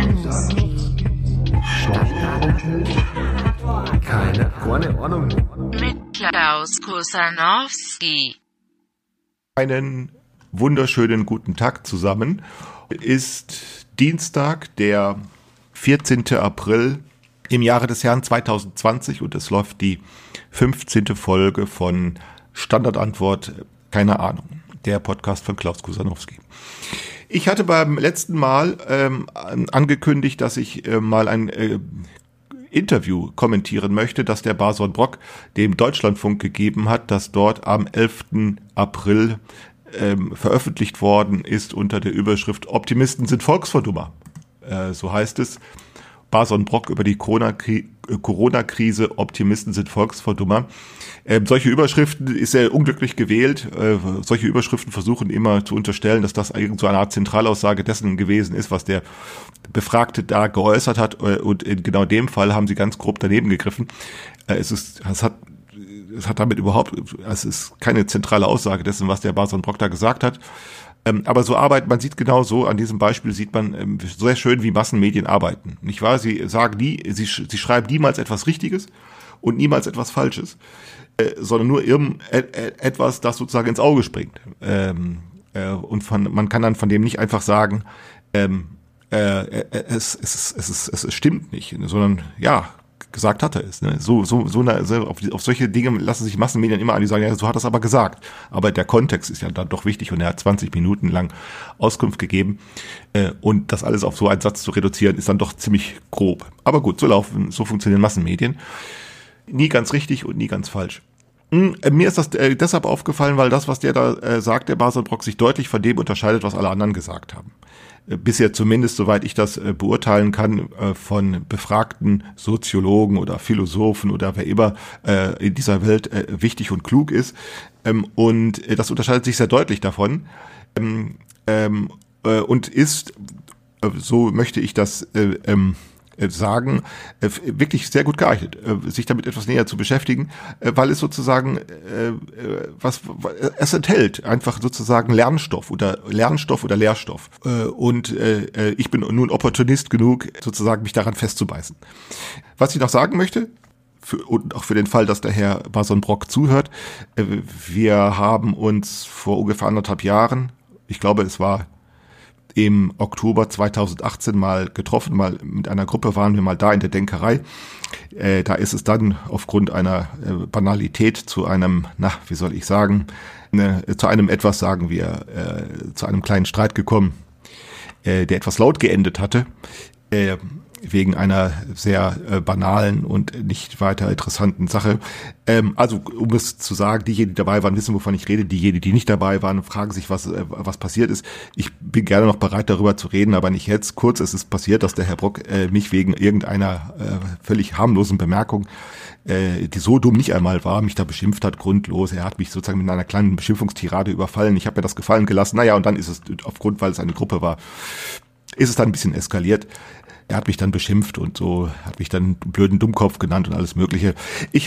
News. Keine Ahnung. Mit Klaus Kusanowski. Einen wunderschönen guten Tag zusammen. Ist Dienstag, der 14. April im Jahre des Herrn 2020 und es läuft die 15. Folge von Standardantwort, keine Ahnung, der Podcast von Klaus Kusanowski. Ich hatte beim letzten Mal angekündigt, dass ich mal ein Interview kommentieren möchte, das der Bason Brock dem Deutschlandfunk gegeben hat, das dort am 11. April veröffentlicht worden ist unter der Überschrift Optimisten sind Volksverdummer. So heißt es. Bason Brock über die Corona-Krise, Optimisten sind Volksverdummer. Solche Überschriften ist sehr unglücklich gewählt. Solche Überschriften versuchen immer zu unterstellen, dass das irgend so eine Art Zentralaussage dessen gewesen ist, was der Befragte da geäußert hat. Und in genau dem Fall haben sie ganz grob daneben gegriffen. Es ist keine zentrale Aussage dessen, was der Bason Brock da gesagt hat. Aber so man sieht genau so, an diesem Beispiel sieht man sehr schön, wie Massenmedien arbeiten. Nicht wahr? Sie sagen sie schreiben niemals etwas Richtiges und niemals etwas Falsches, sondern nur etwas, das sozusagen ins Auge springt. Und man kann dann von dem nicht einfach sagen, es stimmt nicht, sondern ja, gesagt hat er es. Ne? Auf solche Dinge lassen sich Massenmedien immer an, die sagen, ja, so hat er es aber gesagt. Aber der Kontext ist ja dann doch wichtig und er hat 20 Minuten lang Auskunft gegeben. Und das alles auf so einen Satz zu reduzieren, ist dann doch ziemlich grob. Aber gut, so funktionieren Massenmedien. Nie ganz richtig und nie ganz falsch. Mir ist das deshalb aufgefallen, weil das, was der da sagt, der Bason Brock, sich deutlich von dem unterscheidet, was alle anderen gesagt haben. Bisher zumindest, soweit ich das beurteilen kann, von befragten Soziologen oder Philosophen oder wer immer in dieser Welt wichtig und klug ist. Und das unterscheidet sich sehr deutlich davon. Und ist, so möchte ich das sagen, wirklich sehr gut geeignet, sich damit etwas näher zu beschäftigen, weil es sozusagen es enthält einfach sozusagen Lernstoff oder Lehrstoff. Und ich bin nun Opportunist genug, sozusagen mich daran festzubeißen. Was ich noch sagen möchte, und auch für den Fall, dass der Herr Bason Brock zuhört, wir haben uns vor ungefähr 1,5 Jahren, ich glaube es war im Oktober 2018 mal getroffen, mal mit einer Gruppe waren wir mal da in der Denkerei. Da ist es dann aufgrund einer Banalität zu einem, zu einem kleinen Streit gekommen, der etwas laut geendet hatte, wegen einer sehr banalen und nicht weiter interessanten Sache. Also, um es zu sagen, diejenigen, die dabei waren, wissen, wovon ich rede. Diejenigen, die nicht dabei waren, fragen sich, was passiert ist. Ich bin gerne noch bereit, darüber zu reden, aber nicht jetzt. Kurz, es ist passiert, dass der Herr Brock mich wegen irgendeiner völlig harmlosen Bemerkung, die so dumm nicht einmal war, mich da beschimpft hat, grundlos. Er hat mich sozusagen mit einer kleinen Beschimpfungstirade überfallen. Ich habe mir das gefallen gelassen. Naja, und dann ist es aufgrund, weil es eine Gruppe war, ist es dann ein bisschen eskaliert. Er hat mich dann beschimpft und so, hat mich dann blöden Dummkopf genannt und alles Mögliche. Ich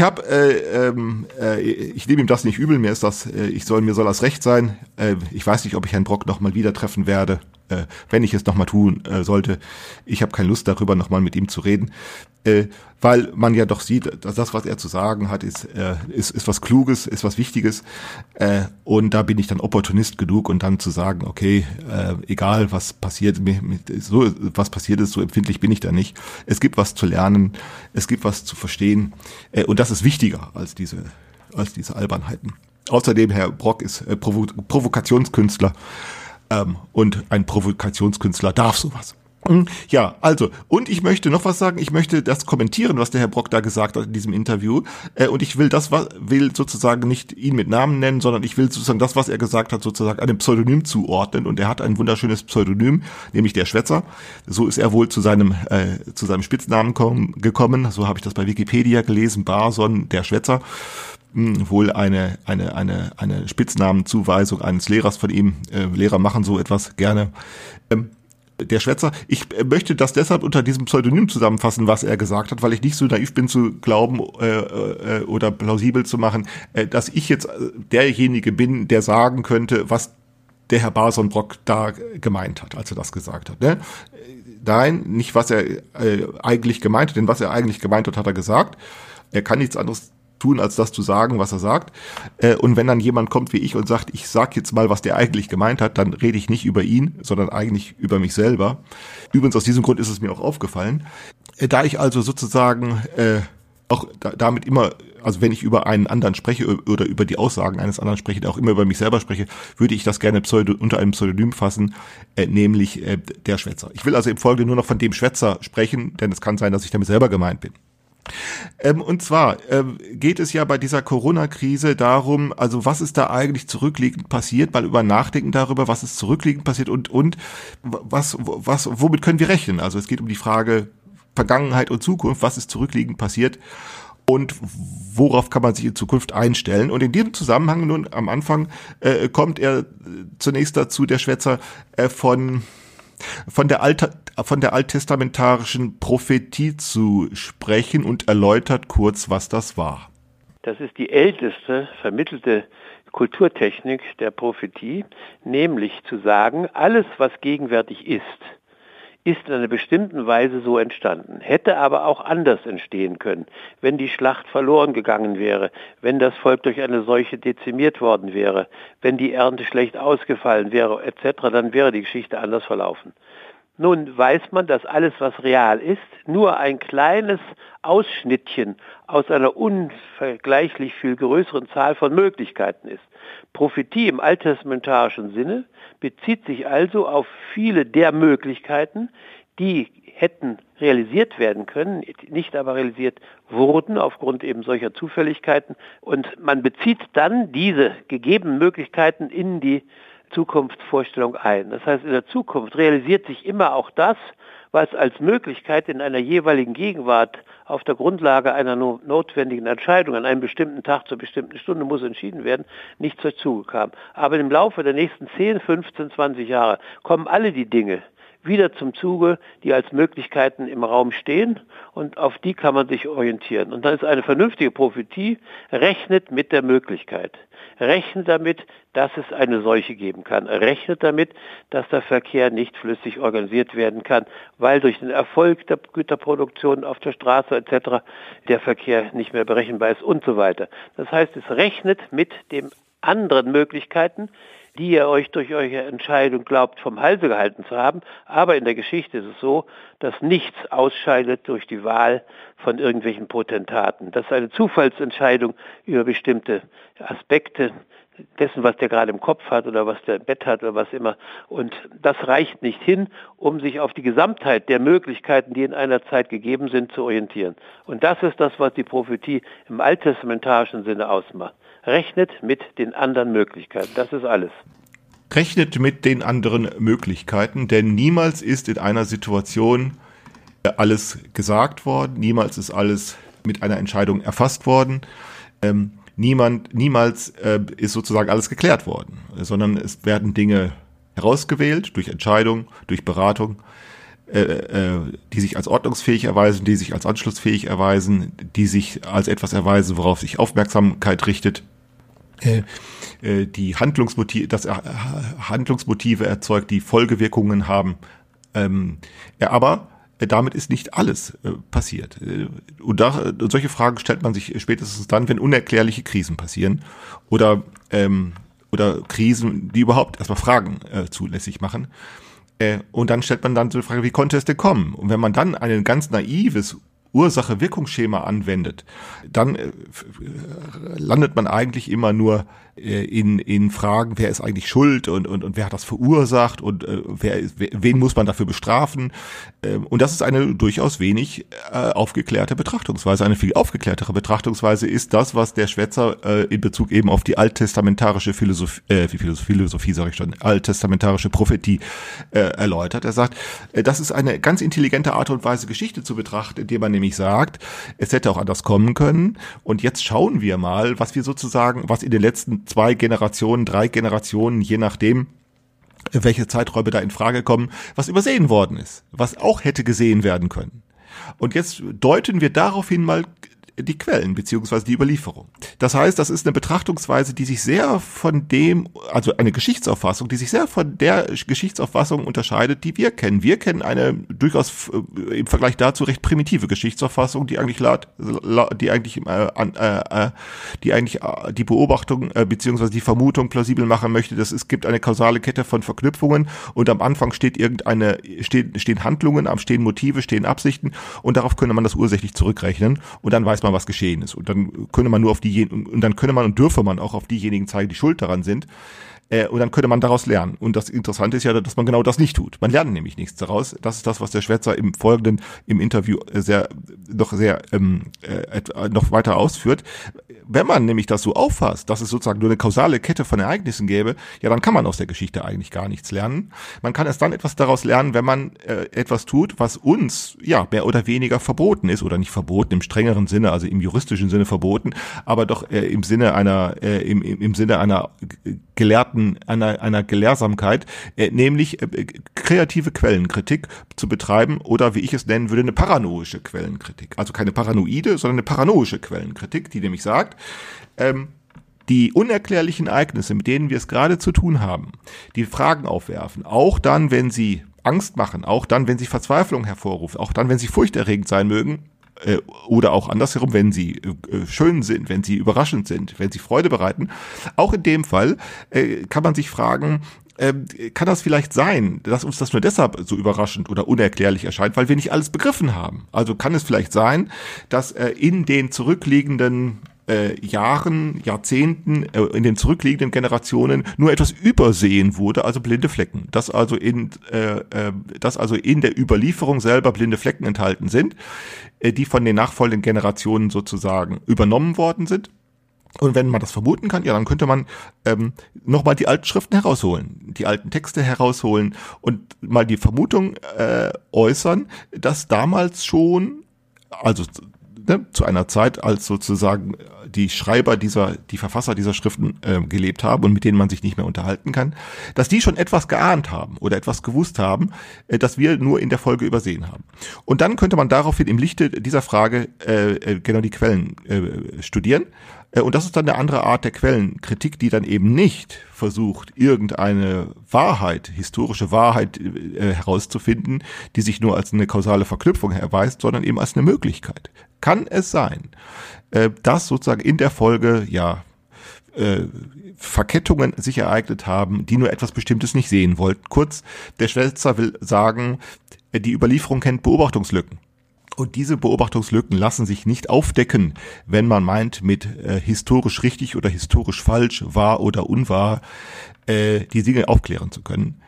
nehme ihm das nicht übel, mir soll das recht sein. Ich weiß nicht, ob ich Herrn Brock noch mal wieder treffen werde, wenn ich es noch mal tun sollte. Ich habe keine Lust darüber, noch mal mit ihm zu reden, weil man ja doch sieht, dass das, was er zu sagen hat, ist was Kluges, ist was Wichtiges. Und da bin ich dann Opportunist genug und dann zu sagen, okay, egal was passiert, was passiert ist, so empfindlich bin ich da nicht. Es gibt was zu lernen, es gibt was zu verstehen, und das ist wichtiger als diese Albernheiten. Außerdem, Herr Brock ist Provokationskünstler, und ein Provokationskünstler darf sowas. Ja, also, und ich möchte noch was sagen, ich möchte das kommentieren, was der Herr Brock da gesagt hat in diesem Interview, und ich will sozusagen nicht ihn mit Namen nennen, sondern ich will sozusagen das, was er gesagt hat, sozusagen einem Pseudonym zuordnen, und er hat ein wunderschönes Pseudonym, nämlich der Schwätzer. So ist er wohl zu seinem Spitznamen gekommen, so habe ich das bei Wikipedia gelesen, Bason, der Schwätzer. Wohl eine Spitznamenzuweisung eines Lehrers von ihm. Lehrer machen so etwas gerne. Der Schwätzer. Ich möchte das deshalb unter diesem Pseudonym zusammenfassen, was er gesagt hat, weil ich nicht so naiv bin zu glauben oder plausibel zu machen, dass ich jetzt derjenige bin, der sagen könnte, was der Herr Bason-Brock da gemeint hat, als er das gesagt hat. Ne? Nein, nicht was er eigentlich gemeint hat, denn was er eigentlich gemeint hat, hat er gesagt. Er kann nichts anderes tun, als das zu sagen, was er sagt. Und wenn dann jemand kommt wie ich und sagt, ich sag jetzt mal, was der eigentlich gemeint hat, dann rede ich nicht über ihn, sondern eigentlich über mich selber. Übrigens, aus diesem Grund ist es mir auch aufgefallen. Da ich also sozusagen auch damit immer, also wenn ich über einen anderen spreche oder über die Aussagen eines anderen spreche, auch immer über mich selber spreche, würde ich das gerne unter einem Pseudonym fassen, nämlich der Schwätzer. Ich will also im Folgenden nur noch von dem Schwätzer sprechen, denn es kann sein, dass ich damit selber gemeint bin. Und zwar geht es ja bei dieser Corona-Krise darum, also was ist da eigentlich zurückliegend passiert, mal über nachdenken darüber, was ist zurückliegend passiert und womit können wir rechnen? Also es geht um die Frage Vergangenheit und Zukunft, was ist zurückliegend passiert und worauf kann man sich in Zukunft einstellen? Und in diesem Zusammenhang nun am Anfang kommt er zunächst dazu, der Schwätzer, von der alttestamentarischen Prophetie zu sprechen und erläutert kurz, was das war. Das ist die älteste vermittelte Kulturtechnik der Prophetie, nämlich zu sagen, alles, was gegenwärtig ist in einer bestimmten Weise so entstanden, hätte aber auch anders entstehen können, wenn die Schlacht verloren gegangen wäre, wenn das Volk durch eine Seuche dezimiert worden wäre, wenn die Ernte schlecht ausgefallen wäre, etc., dann wäre die Geschichte anders verlaufen. Nun weiß man, dass alles, was real ist, nur ein kleines Ausschnittchen aus einer unvergleichlich viel größeren Zahl von Möglichkeiten ist. Prophetie im alttestamentarischen Sinne bezieht sich also auf viele der Möglichkeiten, die hätten realisiert werden können, nicht aber realisiert wurden aufgrund eben solcher Zufälligkeiten. Und man bezieht dann diese gegebenen Möglichkeiten in die Zukunftsvorstellung ein. Das heißt, in der Zukunft realisiert sich immer auch das, was als Möglichkeit in einer jeweiligen Gegenwart auf der Grundlage einer notwendigen Entscheidung an einem bestimmten Tag zur bestimmten Stunde muss entschieden werden, nicht zur Zuge kam. Aber im Laufe der nächsten 10, 15, 20 Jahre kommen alle die Dinge wieder zum Zuge, die als Möglichkeiten im Raum stehen, und auf die kann man sich orientieren. Und dann ist eine vernünftige Prophetie, rechnet mit der Möglichkeit. Rechnet damit, dass es eine Seuche geben kann. Rechnet damit, dass der Verkehr nicht flüssig organisiert werden kann, weil durch den Erfolg der Güterproduktion auf der Straße etc. der Verkehr nicht mehr berechenbar ist und so weiter. Das heißt, es rechnet mit den anderen Möglichkeiten, die ihr euch durch eure Entscheidung glaubt, vom Halse gehalten zu haben. Aber in der Geschichte ist es so, dass nichts ausscheidet durch die Wahl von irgendwelchen Potentaten. Das ist eine Zufallsentscheidung über bestimmte Aspekte dessen, was der gerade im Kopf hat oder was der im Bett hat oder was immer. Und das reicht nicht hin, um sich auf die Gesamtheit der Möglichkeiten, die in einer Zeit gegeben sind, zu orientieren. Und das ist das, was die Prophetie im alttestamentarischen Sinne ausmacht. Rechnet mit den anderen Möglichkeiten. Das ist alles. Rechnet mit den anderen Möglichkeiten, denn niemals ist in einer Situation alles gesagt worden, niemals ist alles mit einer Entscheidung erfasst worden, niemals ist sozusagen alles geklärt worden, sondern es werden Dinge herausgewählt durch Entscheidung, durch Beratung, die sich als ordnungsfähig erweisen, die sich als anschlussfähig erweisen, die sich als etwas erweisen, worauf sich Aufmerksamkeit richtet, die Handlungsmotive erzeugt, die Folgewirkungen haben. Aber damit ist nicht alles passiert. Und solche Fragen stellt man sich spätestens dann, wenn unerklärliche Krisen passieren oder Krisen, die überhaupt erstmal Fragen zulässig machen. Und dann stellt man dann so die Frage, wie konnte es denn kommen? Und wenn man dann ein ganz naives Ursache-Wirkungsschema anwendet, dann landet man eigentlich immer nur in Fragen, wer ist eigentlich schuld und wer hat das verursacht und wen muss man dafür bestrafen. Und das ist eine durchaus wenig aufgeklärte Betrachtungsweise. Eine viel aufgeklärtere Betrachtungsweise ist das, was der Schwätzer in Bezug eben auf die alttestamentarische alttestamentarische Prophetie erläutert. Er sagt, das ist eine ganz intelligente Art und Weise, Geschichte zu betrachten, indem man nämlich sagt, es hätte auch anders kommen können. Und jetzt schauen wir mal, was in den letzten 2 Generationen, 3 Generationen, je nachdem, welche Zeiträume da in Frage kommen, was übersehen worden ist, was auch hätte gesehen werden können. Und jetzt deuten wir daraufhin mal die Quellen beziehungsweise die Überlieferung. Das heißt, das ist eine Betrachtungsweise, die sich sehr von dem, also eine Geschichtsauffassung, die sich sehr von der Geschichtsauffassung unterscheidet, die wir kennen. Wir kennen eine durchaus im Vergleich dazu recht primitive Geschichtsauffassung, die eigentlich die Beobachtung beziehungsweise die Vermutung plausibel machen möchte, dass es gibt eine kausale Kette von Verknüpfungen und am Anfang stehen Handlungen, stehen Motive, stehen Absichten und darauf könne man das ursächlich zurückrechnen und dann weiß man, was geschehen ist. Und dann könne man und dürfe man auch auf diejenigen zeigen, die schuld daran sind. Und dann könnte man daraus lernen. Und das Interessante ist ja, dass man genau das nicht tut. Man lernt nämlich nichts daraus. Das ist das, was der Schwätzer im Interview noch weiter ausführt. Wenn man nämlich das so auffasst, dass es sozusagen nur eine kausale Kette von Ereignissen gäbe, ja, dann kann man aus der Geschichte eigentlich gar nichts lernen. Man kann erst dann etwas daraus lernen, wenn man etwas tut, was uns ja mehr oder weniger verboten ist oder nicht verboten im strengeren Sinne, also im juristischen Sinne verboten, aber doch im Sinne einer einer Gelehrsamkeit, nämlich kreative Quellenkritik zu betreiben oder wie ich es nennen würde, eine paranoische Quellenkritik. Also keine paranoide, sondern eine paranoische Quellenkritik, die nämlich sagt, die unerklärlichen Ereignisse, mit denen wir es gerade zu tun haben, die Fragen aufwerfen, auch dann, wenn sie Angst machen, auch dann, wenn sie Verzweiflung hervorrufen, auch dann, wenn sie furchterregend sein mögen, oder auch andersherum, wenn sie schön sind, wenn sie überraschend sind, wenn sie Freude bereiten. Auch in dem Fall kann man sich fragen, kann das vielleicht sein, dass uns das nur deshalb so überraschend oder unerklärlich erscheint, weil wir nicht alles begriffen haben? Also kann es vielleicht sein, dass in den zurückliegenden Jahren, Jahrzehnten, in den zurückliegenden Generationen nur etwas übersehen wurde, also blinde Flecken. Dass also in der Überlieferung selber blinde Flecken enthalten sind, die von den nachfolgenden Generationen sozusagen übernommen worden sind. Und wenn man das vermuten kann, ja, dann könnte man nochmal die alten Schriften herausholen, die alten Texte herausholen und mal die Vermutung äußern, dass damals schon, also zu einer Zeit, als sozusagen die Verfasser dieser Schriften gelebt haben und mit denen man sich nicht mehr unterhalten kann, dass die schon etwas geahnt haben oder etwas gewusst haben, das wir nur in der Folge übersehen haben. Und dann könnte man daraufhin im Lichte dieser Frage genau die Quellen studieren. Und das ist dann eine andere Art der Quellenkritik, die dann eben nicht versucht, irgendeine Wahrheit, historische Wahrheit herauszufinden, die sich nur als eine kausale Verknüpfung erweist, sondern eben als eine Möglichkeit. Kann es sein, dass sozusagen in der Folge Verkettungen sich ereignet haben, die nur etwas Bestimmtes nicht sehen wollten? Kurz, der Schwätzer will sagen, die Überlieferung kennt Beobachtungslücken. Und diese Beobachtungslücken lassen sich nicht aufdecken, wenn man meint, mit historisch richtig oder historisch falsch, wahr oder unwahr, die Dinge aufklären zu können.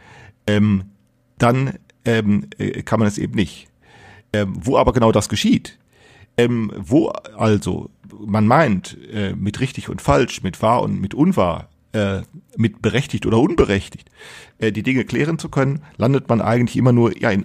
Dann kann man es eben nicht. Wo aber genau das geschieht, wo also man meint, mit richtig und falsch, mit wahr und mit unwahr, mit berechtigt oder unberechtigt, die Dinge klären zu können, landet man eigentlich immer nur in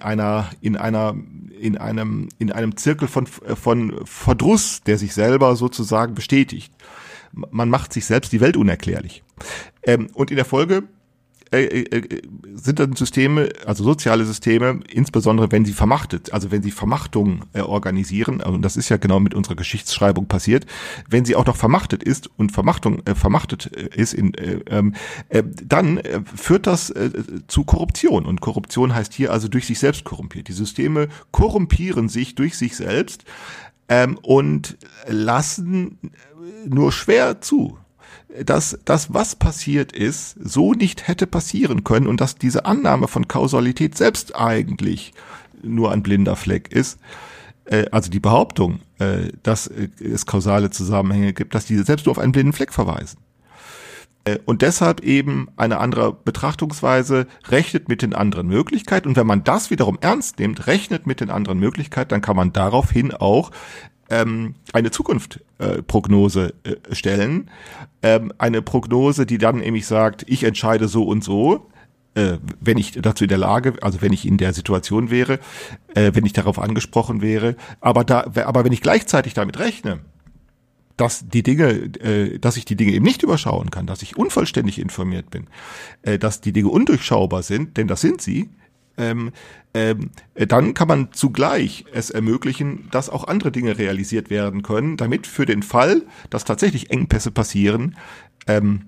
einem Zirkel von Verdruss, der sich selber sozusagen bestätigt. Man macht sich selbst die Welt unerklärlich. Und in der Folge sind dann Systeme, also soziale Systeme, insbesondere wenn sie Vermachtung organisieren, also das ist ja genau mit unserer Geschichtsschreibung passiert, wenn sie auch noch vermachtet ist und vermachtet ist, dann führt das zu Korruption. Und Korruption heißt hier also durch sich selbst korrumpiert. Die Systeme korrumpieren sich durch sich selbst und lassen nur schwer zu, dass das, was passiert ist, so nicht hätte passieren können und dass diese Annahme von Kausalität selbst eigentlich nur ein blinder Fleck ist. Also die Behauptung, dass es kausale Zusammenhänge gibt, dass diese selbst nur auf einen blinden Fleck verweisen. Und deshalb eben eine andere Betrachtungsweise, rechnet mit den anderen Möglichkeiten. Und wenn man das wiederum ernst nimmt, rechnet mit den anderen Möglichkeiten, dann kann man daraufhin auch eine Zukunftsprognose stellen. Eine Prognose, die dann nämlich sagt, ich entscheide so und so, wenn ich dazu in der Lage, also wenn ich in der Situation wäre, wenn ich darauf angesprochen wäre, aber wenn ich gleichzeitig damit rechne, dass ich die Dinge eben nicht überschauen kann, dass ich unvollständig informiert bin, dass die Dinge undurchschaubar sind, denn das sind sie, dann kann man zugleich es ermöglichen, dass auch andere Dinge realisiert werden können, damit für den Fall, dass tatsächlich Engpässe passieren, man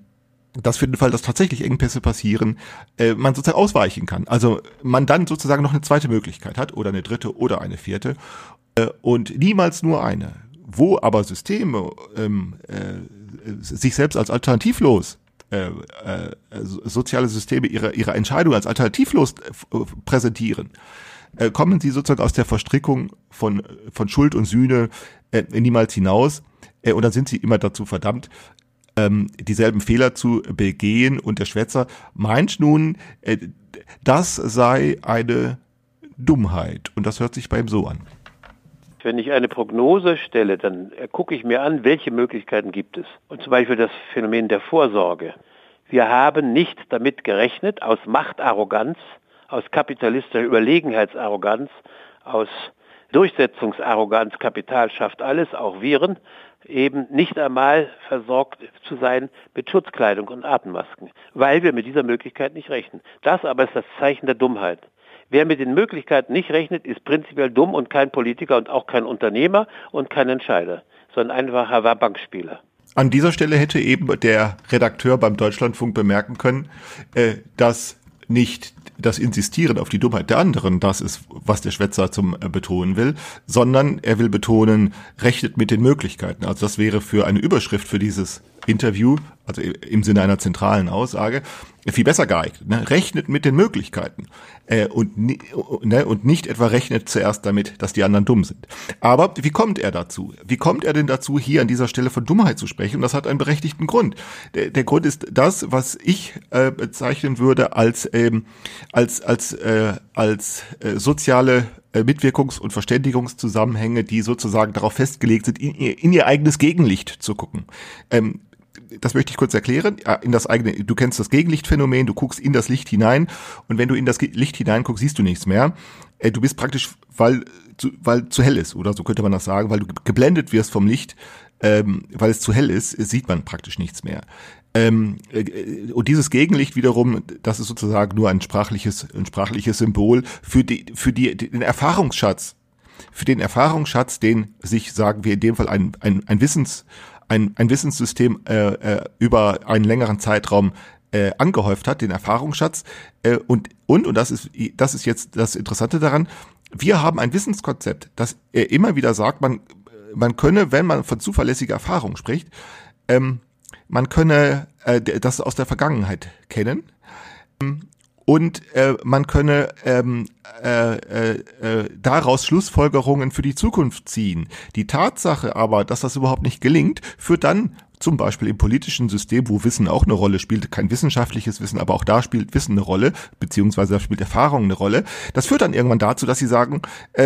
sozusagen ausweichen kann. Also man dann sozusagen noch eine zweite Möglichkeit hat oder eine dritte oder eine vierte und niemals nur eine. Wo aber Systeme sich selbst als alternativlos soziale Systeme ihre Entscheidung als alternativlos präsentieren, kommen sie sozusagen aus der Verstrickung von Schuld und Sühne niemals hinaus und dann sind sie immer dazu verdammt, dieselben Fehler zu begehen und der Schwätzer meint nun, das sei eine Dummheit und das hört sich bei ihm so an. Wenn ich eine Prognose stelle, dann gucke ich mir an, welche Möglichkeiten gibt es. Und zum Beispiel das Phänomen der Vorsorge. Wir haben nicht damit gerechnet, aus Machtarroganz, aus kapitalistischer Überlegenheitsarroganz, aus Durchsetzungsarroganz, Kapital schafft alles, auch Viren, eben nicht einmal versorgt zu sein mit Schutzkleidung und Atemmasken, weil wir mit dieser Möglichkeit nicht rechnen. Das aber ist das Zeichen der Dummheit. Wer mit den Möglichkeiten nicht rechnet, ist prinzipiell dumm und kein Politiker und auch kein Unternehmer und kein Entscheider, sondern einfacher Bankspieler. An dieser Stelle hätte eben der Redakteur beim Deutschlandfunk bemerken können, dass nicht das Insistieren auf die Dummheit der anderen das ist, was der Schwätzer zum betonen will, sondern er will betonen, rechnet mit den Möglichkeiten. Also das wäre für eine Überschrift für dieses Interview, also im Sinne einer zentralen Aussage, viel besser geeignet. Ne? Rechnet mit den Möglichkeiten und nicht etwa rechnet zuerst damit, dass die anderen dumm sind. Aber wie kommt er dazu? Wie kommt er denn dazu, hier an dieser Stelle von Dummheit zu sprechen? Und das hat einen berechtigten Grund. Der Grund ist das, was ich bezeichnen würde als soziale Mitwirkungs- und Verständigungszusammenhänge, die sozusagen darauf festgelegt sind, in ihr eigenes Gegenlicht zu gucken. Das möchte ich kurz erklären. Du kennst das Gegenlichtphänomen, du guckst in das Licht hinein und wenn du in das Licht hineinguckst, siehst du nichts mehr. Du bist praktisch, weil zu hell ist, oder so könnte man das sagen, weil du geblendet wirst vom Licht, weil es zu hell ist, sieht man praktisch nichts mehr. Und dieses Gegenlicht wiederum, das ist sozusagen nur ein sprachliches Symbol für den Erfahrungsschatz. Für den Erfahrungsschatz, den sich, sagen wir in dem Fall, ein Wissenssystem über einen längeren Zeitraum angehäuft hat, den Erfahrungsschatz. Und das ist jetzt das Interessante daran, wir haben ein Wissenskonzept, das immer wieder sagt, man könne, wenn man von zuverlässiger Erfahrung spricht, man könne das aus der Vergangenheit kennen und man könne daraus Schlussfolgerungen für die Zukunft ziehen. Die Tatsache aber, dass das überhaupt nicht gelingt, führt dann zum Beispiel im politischen System, wo Wissen auch eine Rolle spielt, kein wissenschaftliches Wissen, aber auch da spielt Wissen eine Rolle, beziehungsweise da spielt Erfahrung eine Rolle. Das führt dann irgendwann dazu, dass sie sagen,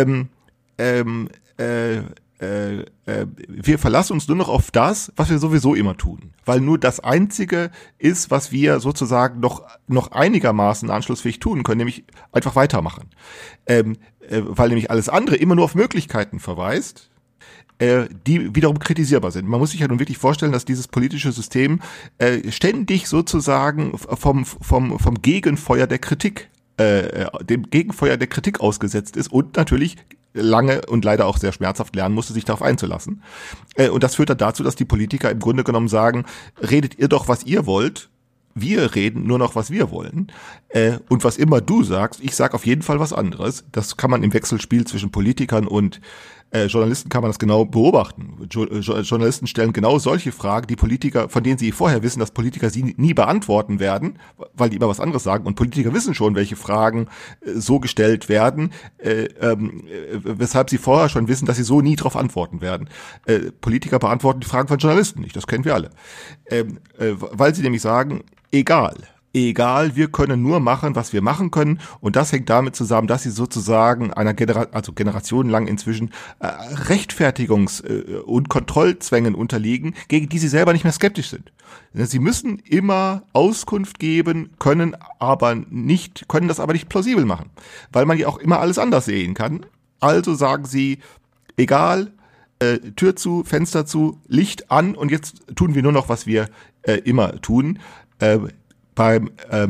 wir verlassen uns nur noch auf das, was wir sowieso immer tun. Weil nur das Einzige ist, was wir sozusagen noch einigermaßen anschlussfähig tun können, nämlich einfach weitermachen. Weil nämlich alles andere immer nur auf Möglichkeiten verweist, die wiederum kritisierbar sind. Man muss sich ja nun wirklich vorstellen, dass dieses politische System ständig sozusagen vom Gegenfeuer der Kritik, dem Gegenfeuer der Kritik ausgesetzt ist und natürlich lange und leider auch sehr schmerzhaft lernen musste, sich darauf einzulassen. Und das führt dann dazu, dass die Politiker im Grunde genommen sagen, redet ihr doch, was ihr wollt, wir reden nur noch, was wir wollen. Und was immer du sagst, ich sag auf jeden Fall was anderes. Das kann man im Wechselspiel zwischen Politikern und Journalisten kann man das genau beobachten. Journalisten stellen genau solche Fragen, die Politiker, von denen sie vorher wissen, dass Politiker sie nie beantworten werden, weil die immer was anderes sagen. Und Politiker wissen schon, welche Fragen so gestellt werden, weshalb sie vorher schon wissen, dass sie so nie darauf antworten werden. Politiker beantworten die Fragen von Journalisten nicht, das kennen wir alle. Weil sie nämlich sagen, egal, wir können nur machen, was wir machen können und das hängt damit zusammen, dass sie sozusagen einer Generationen lang inzwischen Rechtfertigungs- und Kontrollzwängen unterliegen, gegen die sie selber nicht mehr skeptisch sind. Sie müssen immer Auskunft geben, können das aber nicht plausibel machen, weil man ja auch immer alles anders sehen kann. Also sagen sie, egal, Tür zu, Fenster zu, Licht an und jetzt tun wir nur noch, was wir immer tun. Beim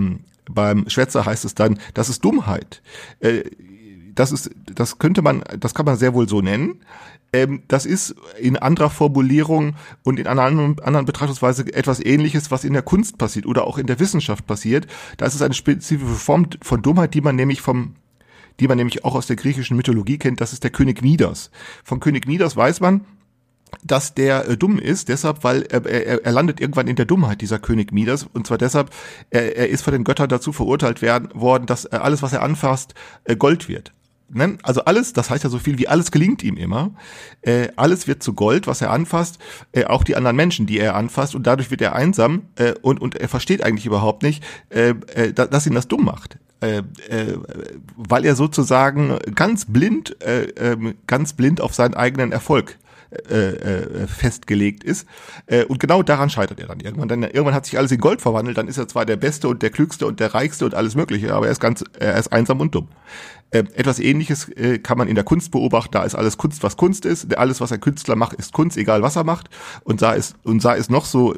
Beim Schwätzer heißt es dann, das ist Dummheit. Das kann man sehr wohl so nennen. Das ist in anderer Formulierung und in einer anderen Betrachtungsweise etwas Ähnliches, was in der Kunst passiert oder auch in der Wissenschaft passiert. Da ist es eine spezifische Form von Dummheit, die man nämlich auch aus der griechischen Mythologie kennt. Das ist der König Midas. Von König Midas weiß man, dass der dumm ist, deshalb, weil er landet irgendwann in der Dummheit, dieser König Midas, und zwar deshalb, er ist von den Göttern dazu verurteilt worden, dass alles, was er anfasst, Gold wird. Also alles, das heißt ja so viel wie alles gelingt ihm immer. Alles wird zu Gold, was er anfasst, auch die anderen Menschen, die er anfasst, und dadurch wird er einsam und er versteht eigentlich überhaupt nicht, dass ihn das dumm macht. Weil er sozusagen ganz blind auf seinen eigenen Erfolg festgelegt ist. Und genau daran scheitert er dann irgendwann. Denn irgendwann hat sich alles in Gold verwandelt, dann ist er zwar der Beste und der Klügste und der Reichste und alles Mögliche, aber er ist einsam und dumm. Etwas Ähnliches kann man in der Kunst beobachten. Da ist alles Kunst, was Kunst ist. Alles, was ein Künstler macht, ist Kunst, egal was er macht. Und sei es noch so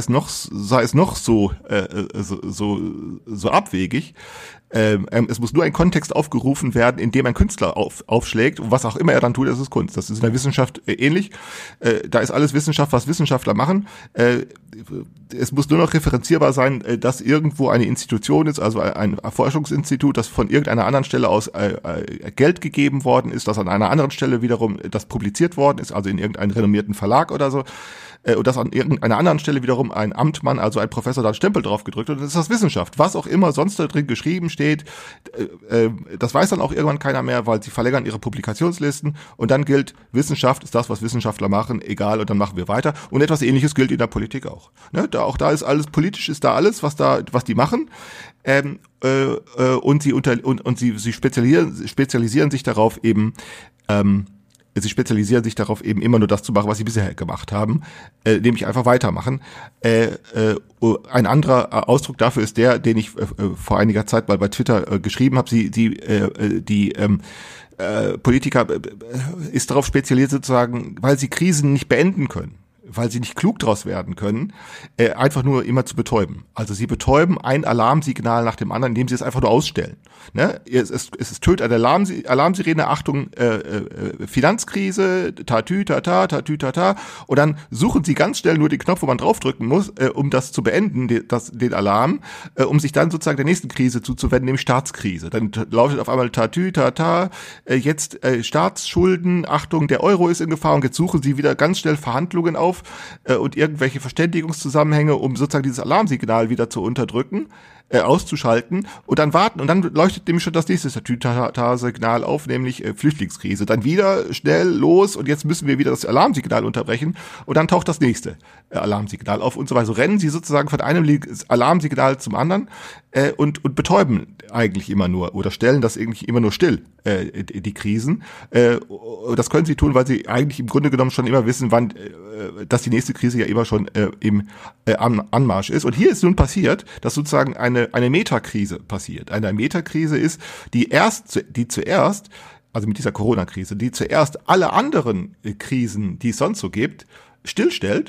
abwegig. Es muss nur ein Kontext aufgerufen werden, in dem ein Künstler aufschlägt. Und was auch immer er dann tut, das ist Kunst. Das ist in der Wissenschaft ähnlich. Da ist alles Wissenschaft, was Wissenschaftler machen. Es muss nur noch referenzierbar sein, dass irgendwo eine Institution ist, also ein Forschungsinstitut, das von irgendeiner anderen Stelle aus Geld gegeben worden ist, dass an einer anderen Stelle wiederum das publiziert worden ist, also in irgendeinem renommierten Verlag oder so. Und dass an irgendeiner anderen Stelle wiederum ein Amtmann, also ein Professor, da einen Stempel drauf gedrückt hat. Und das ist das Wissenschaft. Was auch immer sonst da drin geschrieben steht, das weiß dann auch irgendwann keiner mehr, weil sie verlängern ihre Publikationslisten. Und dann gilt, Wissenschaft ist das, was Wissenschaftler machen, egal, und dann machen wir weiter. Und etwas Ähnliches gilt in der Politik auch. Ne? Da ist alles, politisch ist da alles, was die machen. Und sie spezialisieren sich darauf eben, immer nur das zu machen, was sie bisher gemacht haben, nämlich einfach weitermachen. Ein anderer Ausdruck dafür ist der, den ich vor einiger Zeit mal bei Twitter geschrieben habe. Die Politiker ist darauf spezialisiert sozusagen, weil sie Krisen nicht beenden können, weil sie nicht klug draus werden können, einfach nur immer zu betäuben. Also sie betäuben ein Alarmsignal nach dem anderen, indem sie es einfach nur ausstellen. Ne? Es tönt eine Alarmsirene, Achtung, Finanzkrise, tatü, tata, und dann suchen sie ganz schnell nur den Knopf, wo man draufdrücken muss, um das zu beenden, den Alarm, um sich dann sozusagen der nächsten Krise zuzuwenden, nämlich Staatskrise. Dann lautet auf einmal tatü, tata, jetzt Staatsschulden, Achtung, der Euro ist in Gefahr, und jetzt suchen sie wieder ganz schnell Verhandlungen auf und irgendwelche Verständigungszusammenhänge, um sozusagen dieses Alarmsignal wieder zu unterdrücken, auszuschalten und dann warten. Und dann leuchtet nämlich schon das nächste Signal auf, nämlich Flüchtlingskrise. Dann wieder schnell los und jetzt müssen wir wieder das Alarmsignal unterbrechen und dann taucht das nächste Alarmsignal auf und so weiter. So rennen sie sozusagen von einem Alarmsignal zum anderen und betäuben eigentlich immer nur oder stellen das irgendwie immer nur still, die Krisen. Das können sie tun, weil sie eigentlich im Grunde genommen schon immer wissen, wann, dass die nächste Krise ja immer schon im Anmarsch ist. Und hier ist nun passiert, dass sozusagen eine Metakrise passiert. Eine Metakrise ist, die zuerst, also mit dieser Corona-Krise, die zuerst alle anderen Krisen, die es sonst so gibt, stillstellt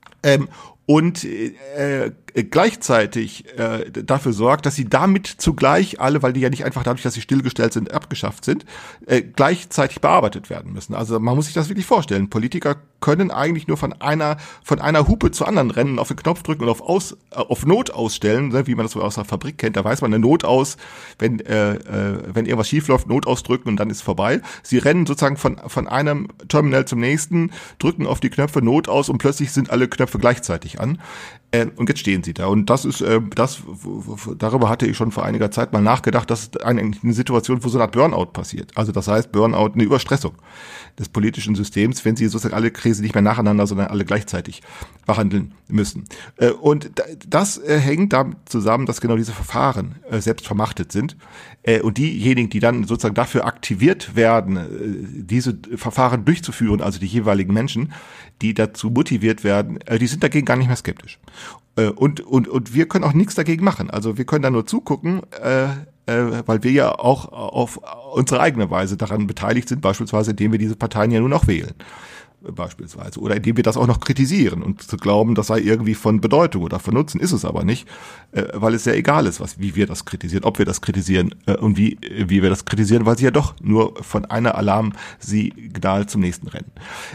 und gleichzeitig dafür sorgt, dass sie damit zugleich alle, weil die ja nicht einfach dadurch, dass sie stillgestellt sind, abgeschafft sind, gleichzeitig bearbeitet werden müssen. Also man muss sich das wirklich vorstellen. Politiker können eigentlich nur von einer Hupe zur anderen rennen, auf den Knopf drücken und auf Not ausstellen, ne, wie man das so aus der Fabrik kennt. Da weiß man eine Not aus, wenn irgendwas schief läuft, Not ausdrücken und dann ist vorbei. Sie rennen sozusagen von einem Terminal zum nächsten, drücken auf die Knöpfe Not aus und plötzlich sind alle Knöpfe gleichzeitig an. Und jetzt stehen sie da. Und das ist, darüber hatte ich schon vor einiger Zeit mal nachgedacht, das ist eine Situation, wo so eine Art Burnout passiert. Also das heißt, Burnout, eine Überstressung des politischen Systems, wenn sie sozusagen alle Krisen nicht mehr nacheinander, sondern alle gleichzeitig behandeln müssen. Und das hängt damit zusammen, dass genau diese Verfahren selbst vermachtet sind. Und diejenigen, die dann sozusagen dafür aktiviert werden, diese Verfahren durchzuführen, also die jeweiligen Menschen, die dazu motiviert werden, die sind dagegen gar nicht mehr skeptisch. Und wir können auch nichts dagegen machen. Also wir können da nur zugucken, weil wir ja auch auf unsere eigene Weise daran beteiligt sind, beispielsweise indem wir diese Parteien ja nun auch wählen. beispielsweise, oder indem wir das auch noch kritisieren und zu glauben, das sei irgendwie von Bedeutung oder von Nutzen, ist es aber nicht, weil es sehr egal ist, wie wir das kritisieren, ob wir das kritisieren und wie wir das kritisieren, weil sie ja doch nur von einer Alarmsignal zum nächsten rennen.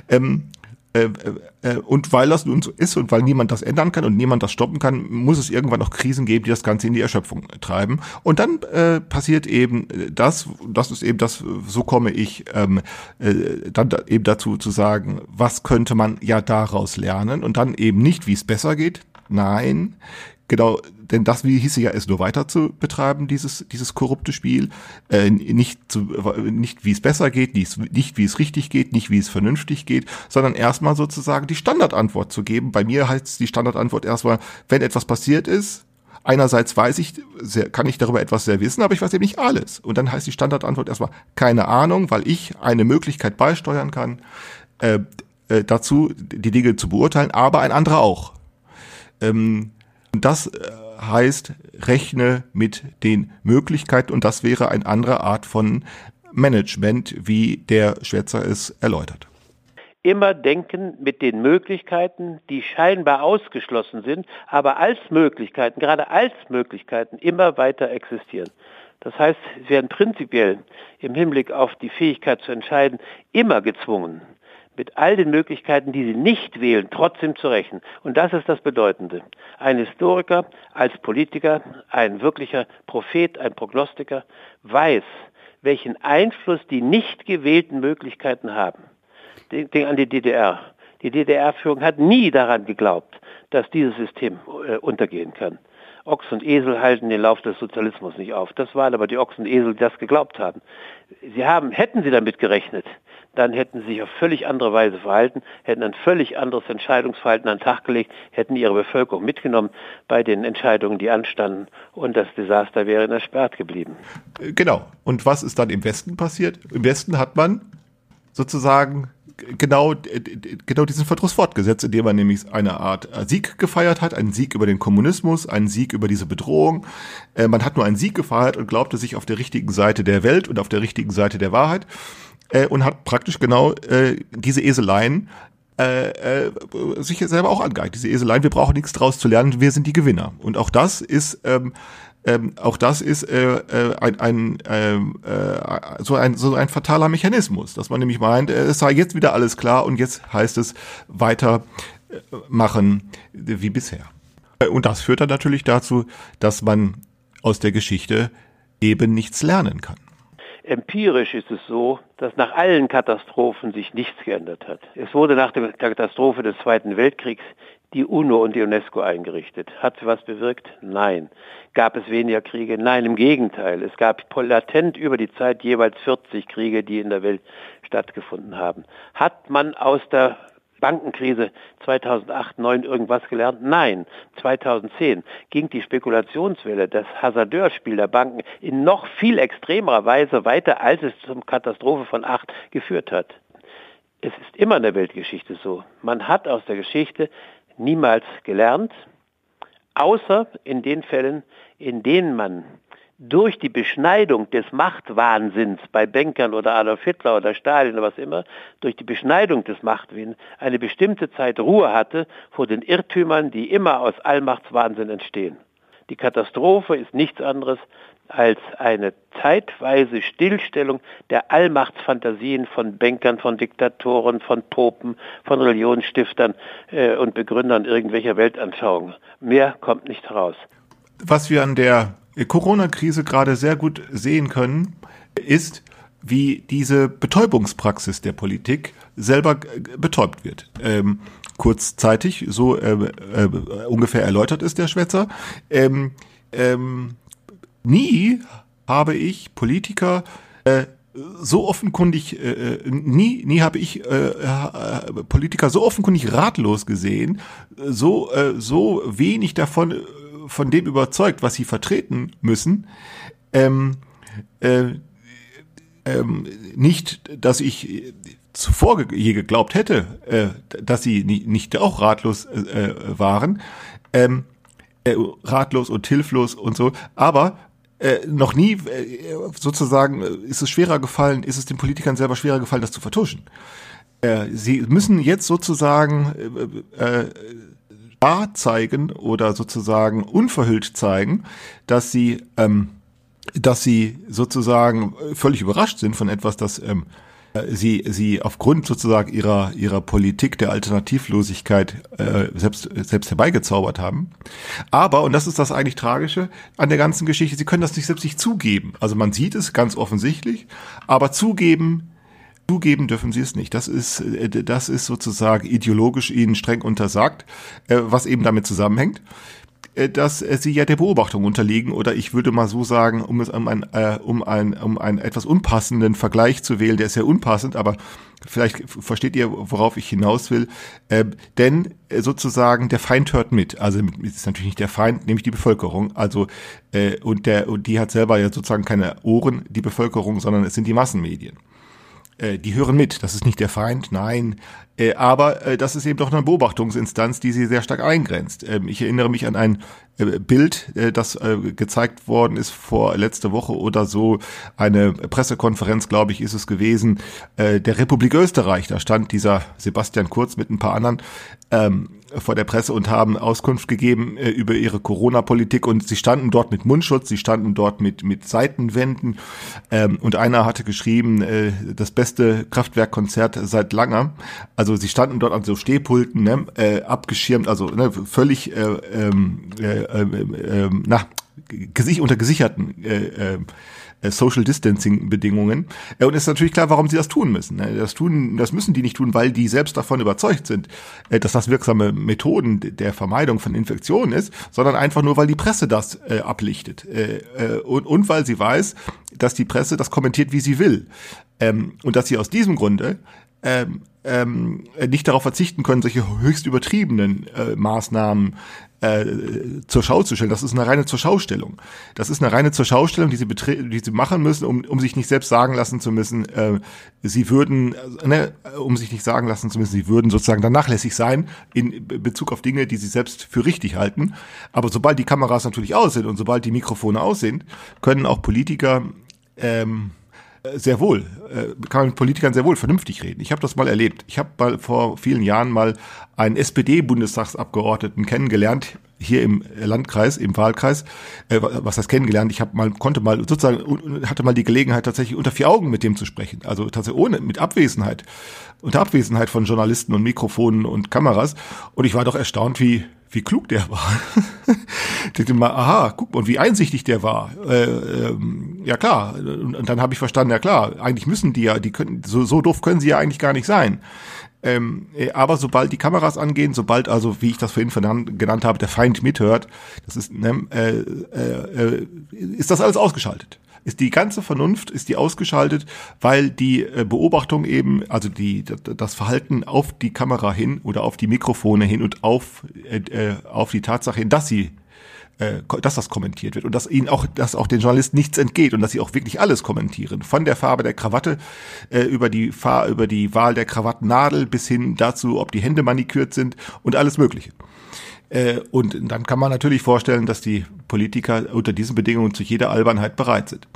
Und weil das nun so ist und weil niemand das ändern kann und niemand das stoppen kann, muss es irgendwann noch Krisen geben, die das Ganze in die Erschöpfung treiben. Und dann passiert eben das ist eben das, so komme ich dann eben dazu zu sagen, was könnte man ja daraus lernen und dann eben nicht, wie es besser geht. Nein, genau, denn das, wie hieße ja, ist nur weiter zu betreiben, dieses korrupte Spiel. Nicht, wie es besser geht, nicht, wie es richtig geht, nicht, wie es vernünftig geht, sondern erstmal sozusagen die Standardantwort zu geben. Bei mir heißt die Standardantwort erstmal, wenn etwas passiert ist, einerseits kann ich darüber etwas sehr wissen, aber ich weiß eben nicht alles. Und dann heißt die Standardantwort erstmal, keine Ahnung, weil ich eine Möglichkeit beisteuern kann, dazu die Dinge zu beurteilen, aber ein anderer auch. Und das heißt, rechne mit den Möglichkeiten und das wäre eine andere Art von Management, wie der Schwätzer es erläutert. Immer denken mit den Möglichkeiten, die scheinbar ausgeschlossen sind, aber als Möglichkeiten, gerade als Möglichkeiten immer weiter existieren. Das heißt, sie werden prinzipiell im Hinblick auf die Fähigkeit zu entscheiden immer gezwungen, mit all den Möglichkeiten, die sie nicht wählen, trotzdem zu rechnen. Und das ist das Bedeutende. Ein Historiker als Politiker, ein wirklicher Prophet, ein Prognostiker, weiß, welchen Einfluss die nicht gewählten Möglichkeiten haben. Denk an die DDR. Die DDR-Führung hat nie daran geglaubt, dass dieses System untergehen kann. Ochs und Esel halten den Lauf des Sozialismus nicht auf. Das waren aber die Ochs und Esel, die das geglaubt haben. Hätten sie damit gerechnet, dann hätten sie sich auf völlig andere Weise verhalten, hätten ein völlig anderes Entscheidungsverhalten an den Tag gelegt, hätten ihre Bevölkerung mitgenommen bei den Entscheidungen, die anstanden, und das Desaster wäre ersperrt geblieben. Genau. Und was ist dann im Westen passiert? Im Westen hat man sozusagen genau diesen Verdruss fortgesetzt, indem man nämlich eine Art Sieg gefeiert hat, einen Sieg über den Kommunismus, einen Sieg über diese Bedrohung. Man hat nur einen Sieg gefeiert und glaubte sich auf der richtigen Seite der Welt und auf der richtigen Seite der Wahrheit und hat praktisch genau diese Eseleien sich selber auch angeeignet. Diese Eseleien, wir brauchen nichts draus zu lernen, wir sind die Gewinner. Und auch das ist ein fataler Mechanismus, dass man nämlich meint, es sei jetzt wieder alles klar und jetzt heißt es weiter machen wie bisher. Und das führt dann natürlich dazu, dass man aus der Geschichte eben nichts lernen kann. Empirisch ist es so, dass nach allen Katastrophen sich nichts geändert hat. Es wurde nach der Katastrophe des Zweiten Weltkriegs die UNO und die UNESCO eingerichtet. Hat sie was bewirkt? Nein. Gab es weniger Kriege? Nein, im Gegenteil. Es gab latent über die Zeit jeweils 40 Kriege, die in der Welt stattgefunden haben. Hat man aus der Bankenkrise 2008/9 irgendwas gelernt? Nein. 2010 ging die Spekulationswelle, das Hasardeurspiel der Banken in noch viel extremerer Weise weiter, als es zur Katastrophe von 8 geführt hat. Es ist immer in der Weltgeschichte so. Man hat aus der Geschichte niemals gelernt, außer in den Fällen, in denen man durch die Beschneidung des Machtwahnsinns bei Bankern oder Adolf Hitler oder Stalin oder was immer, durch die Beschneidung des Machtwahnsinns eine bestimmte Zeit Ruhe hatte vor den Irrtümern, die immer aus Allmachtswahnsinn entstehen. Die Katastrophe ist nichts anderes als eine zeitweise Stillstellung der Allmachtsfantasien von Bankern, von Diktatoren, von Popen, von Religionsstiftern und Begründern irgendwelcher Weltanschauungen. Mehr kommt nicht heraus. Was wir an der Corona-Krise gerade sehr gut sehen können, ist, wie diese Betäubungspraxis der Politik selber betäubt wird. Kurzzeitig, so ungefähr erläutert ist der Schwätzer. Nie habe ich Politiker so offenkundig, nie habe ich Politiker so offenkundig ratlos gesehen, so wenig von dem überzeugt, was sie vertreten müssen. Nicht, dass ich zuvor je geglaubt hätte, dass sie nicht auch ratlos waren, ratlos und hilflos und so, aber noch nie sozusagen ist es den Politikern selber schwerer gefallen, das zu vertuschen. Sie müssen jetzt sozusagen zeigen oder sozusagen unverhüllt zeigen, dass sie sozusagen völlig überrascht sind von etwas, das sie aufgrund sozusagen ihrer Politik der Alternativlosigkeit selbst herbeigezaubert haben. Aber, und das ist das eigentlich Tragische an der ganzen Geschichte, sie können das selbst nicht zugeben. Also man sieht es ganz offensichtlich, aber zugeben dürfen sie es nicht. Das ist sozusagen ideologisch ihnen streng untersagt, was eben damit zusammenhängt, dass sie ja der Beobachtung unterliegen, oder ich würde mal so sagen, um einen etwas unpassenden Vergleich zu wählen, der ist ja unpassend, aber vielleicht versteht ihr, worauf ich hinaus will, denn sozusagen der Feind hört mit. Also ist natürlich nicht der Feind, nämlich die Bevölkerung. Also und die hat selber ja sozusagen keine Ohren, die Bevölkerung, sondern es sind die Massenmedien. Die hören mit, das ist nicht der Feind, nein, aber das ist eben doch eine Beobachtungsinstanz, die sie sehr stark eingrenzt. Ich erinnere mich an ein Bild, das gezeigt worden ist letzte Woche oder so, eine Pressekonferenz, glaube ich, ist es gewesen, der Republik Österreich. Da stand dieser Sebastian Kurz mit ein paar anderen vor der Presse und haben Auskunft gegeben über ihre Corona-Politik, und sie standen dort mit Mundschutz, sie standen dort mit Seitenwänden, und einer hatte geschrieben, das beste Kraftwerkkonzert seit langer. Also sie standen dort an so Stehpulten, abgeschirmt, also völlig unter gesicherten Social Distancing Bedingungen. Und es ist natürlich klar, warum sie das tun müssen. Das müssen die nicht tun, weil die selbst davon überzeugt sind, dass das wirksame Methoden der Vermeidung von Infektionen ist, sondern einfach nur, weil die Presse das ablichtet. Und weil sie weiß, dass die Presse das kommentiert, wie sie will. Und dass sie aus diesem Grunde nicht darauf verzichten können, solche höchst übertriebenen Maßnahmen zur Schau zu stellen. Das ist eine reine Zurschaustellung. Das ist eine reine Zurschaustellung, die sie machen müssen, um sich nicht selbst sagen lassen zu müssen, sie würden sozusagen dann nachlässig sein in Bezug auf Dinge, die sie selbst für richtig halten. Aber sobald die Kameras natürlich aus sind und sobald die Mikrofone aus sind, können auch Politiker kann man mit Politikern sehr wohl vernünftig reden. Ich habe das mal erlebt. Ich habe vor vielen Jahren mal einen SPD-Bundestagsabgeordneten kennengelernt, hier im Landkreis, im Wahlkreis. Was heißt kennengelernt? Ich hatte mal die Gelegenheit, tatsächlich unter vier Augen mit dem zu sprechen. Also tatsächlich unter Abwesenheit von Journalisten und Mikrofonen und Kameras. Und ich war doch erstaunt, wie klug der war. Ich dachte mal, aha, guck mal, wie einsichtig der war. Ja klar. Und dann habe ich verstanden, ja klar, eigentlich müssen so doof können sie ja eigentlich gar nicht sein. Aber sobald die Kameras angehen, sobald also, wie ich das vorhin genannt habe, der Feind mithört, das ist das alles ausgeschaltet. Ist die ganze Vernunft, ist die ausgeschaltet, weil die Beobachtung eben, also das Verhalten auf die Kamera hin oder auf die Mikrofone hin und auf die Tatsache hin, dass das kommentiert wird und dass auch den Journalisten nichts entgeht und dass sie auch wirklich alles kommentieren. Von der Farbe der Krawatte über die Wahl der Krawattennadel bis hin dazu, ob die Hände manikürt sind und alles Mögliche. Und dann kann man natürlich vorstellen, dass die Politiker unter diesen Bedingungen zu jeder Albernheit bereit sind.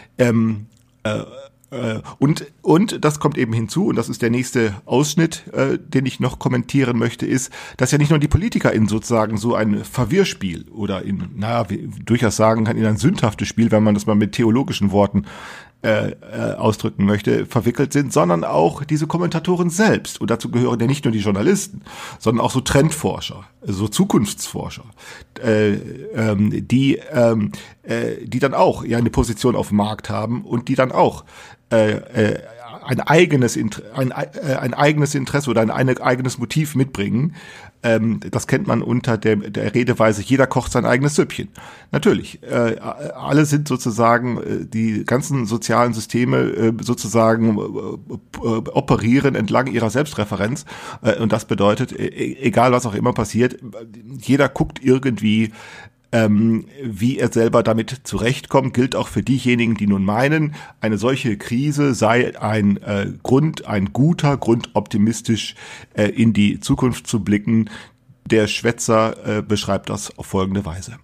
Und das kommt eben hinzu, und das ist der nächste Ausschnitt, den ich noch kommentieren möchte, ist, dass ja nicht nur die Politiker in sozusagen so ein Verwirrspiel oder durchaus sagen kann, in ein sündhaftes Spiel, wenn man das mal mit theologischen Worten ausdrücken möchte, verwickelt sind, sondern auch diese Kommentatoren selbst. Und dazu gehören ja nicht nur die Journalisten, sondern auch so Trendforscher, so Zukunftsforscher, die dann auch ja eine Position auf dem Markt haben und die dann auch ein eigenes Interesse oder ein eigenes Motiv mitbringen. Das kennt man unter der Redeweise, jeder kocht sein eigenes Süppchen. Natürlich, alle sind sozusagen, die ganzen sozialen Systeme sozusagen operieren entlang ihrer Selbstreferenz. Und das bedeutet, egal was auch immer passiert, jeder guckt irgendwie, wie er selber damit zurechtkommt, gilt auch für diejenigen, die nun meinen, eine solche Krise sei ein guter Grund, optimistisch in die Zukunft zu blicken. Der Schwätzer beschreibt das auf folgende Weise.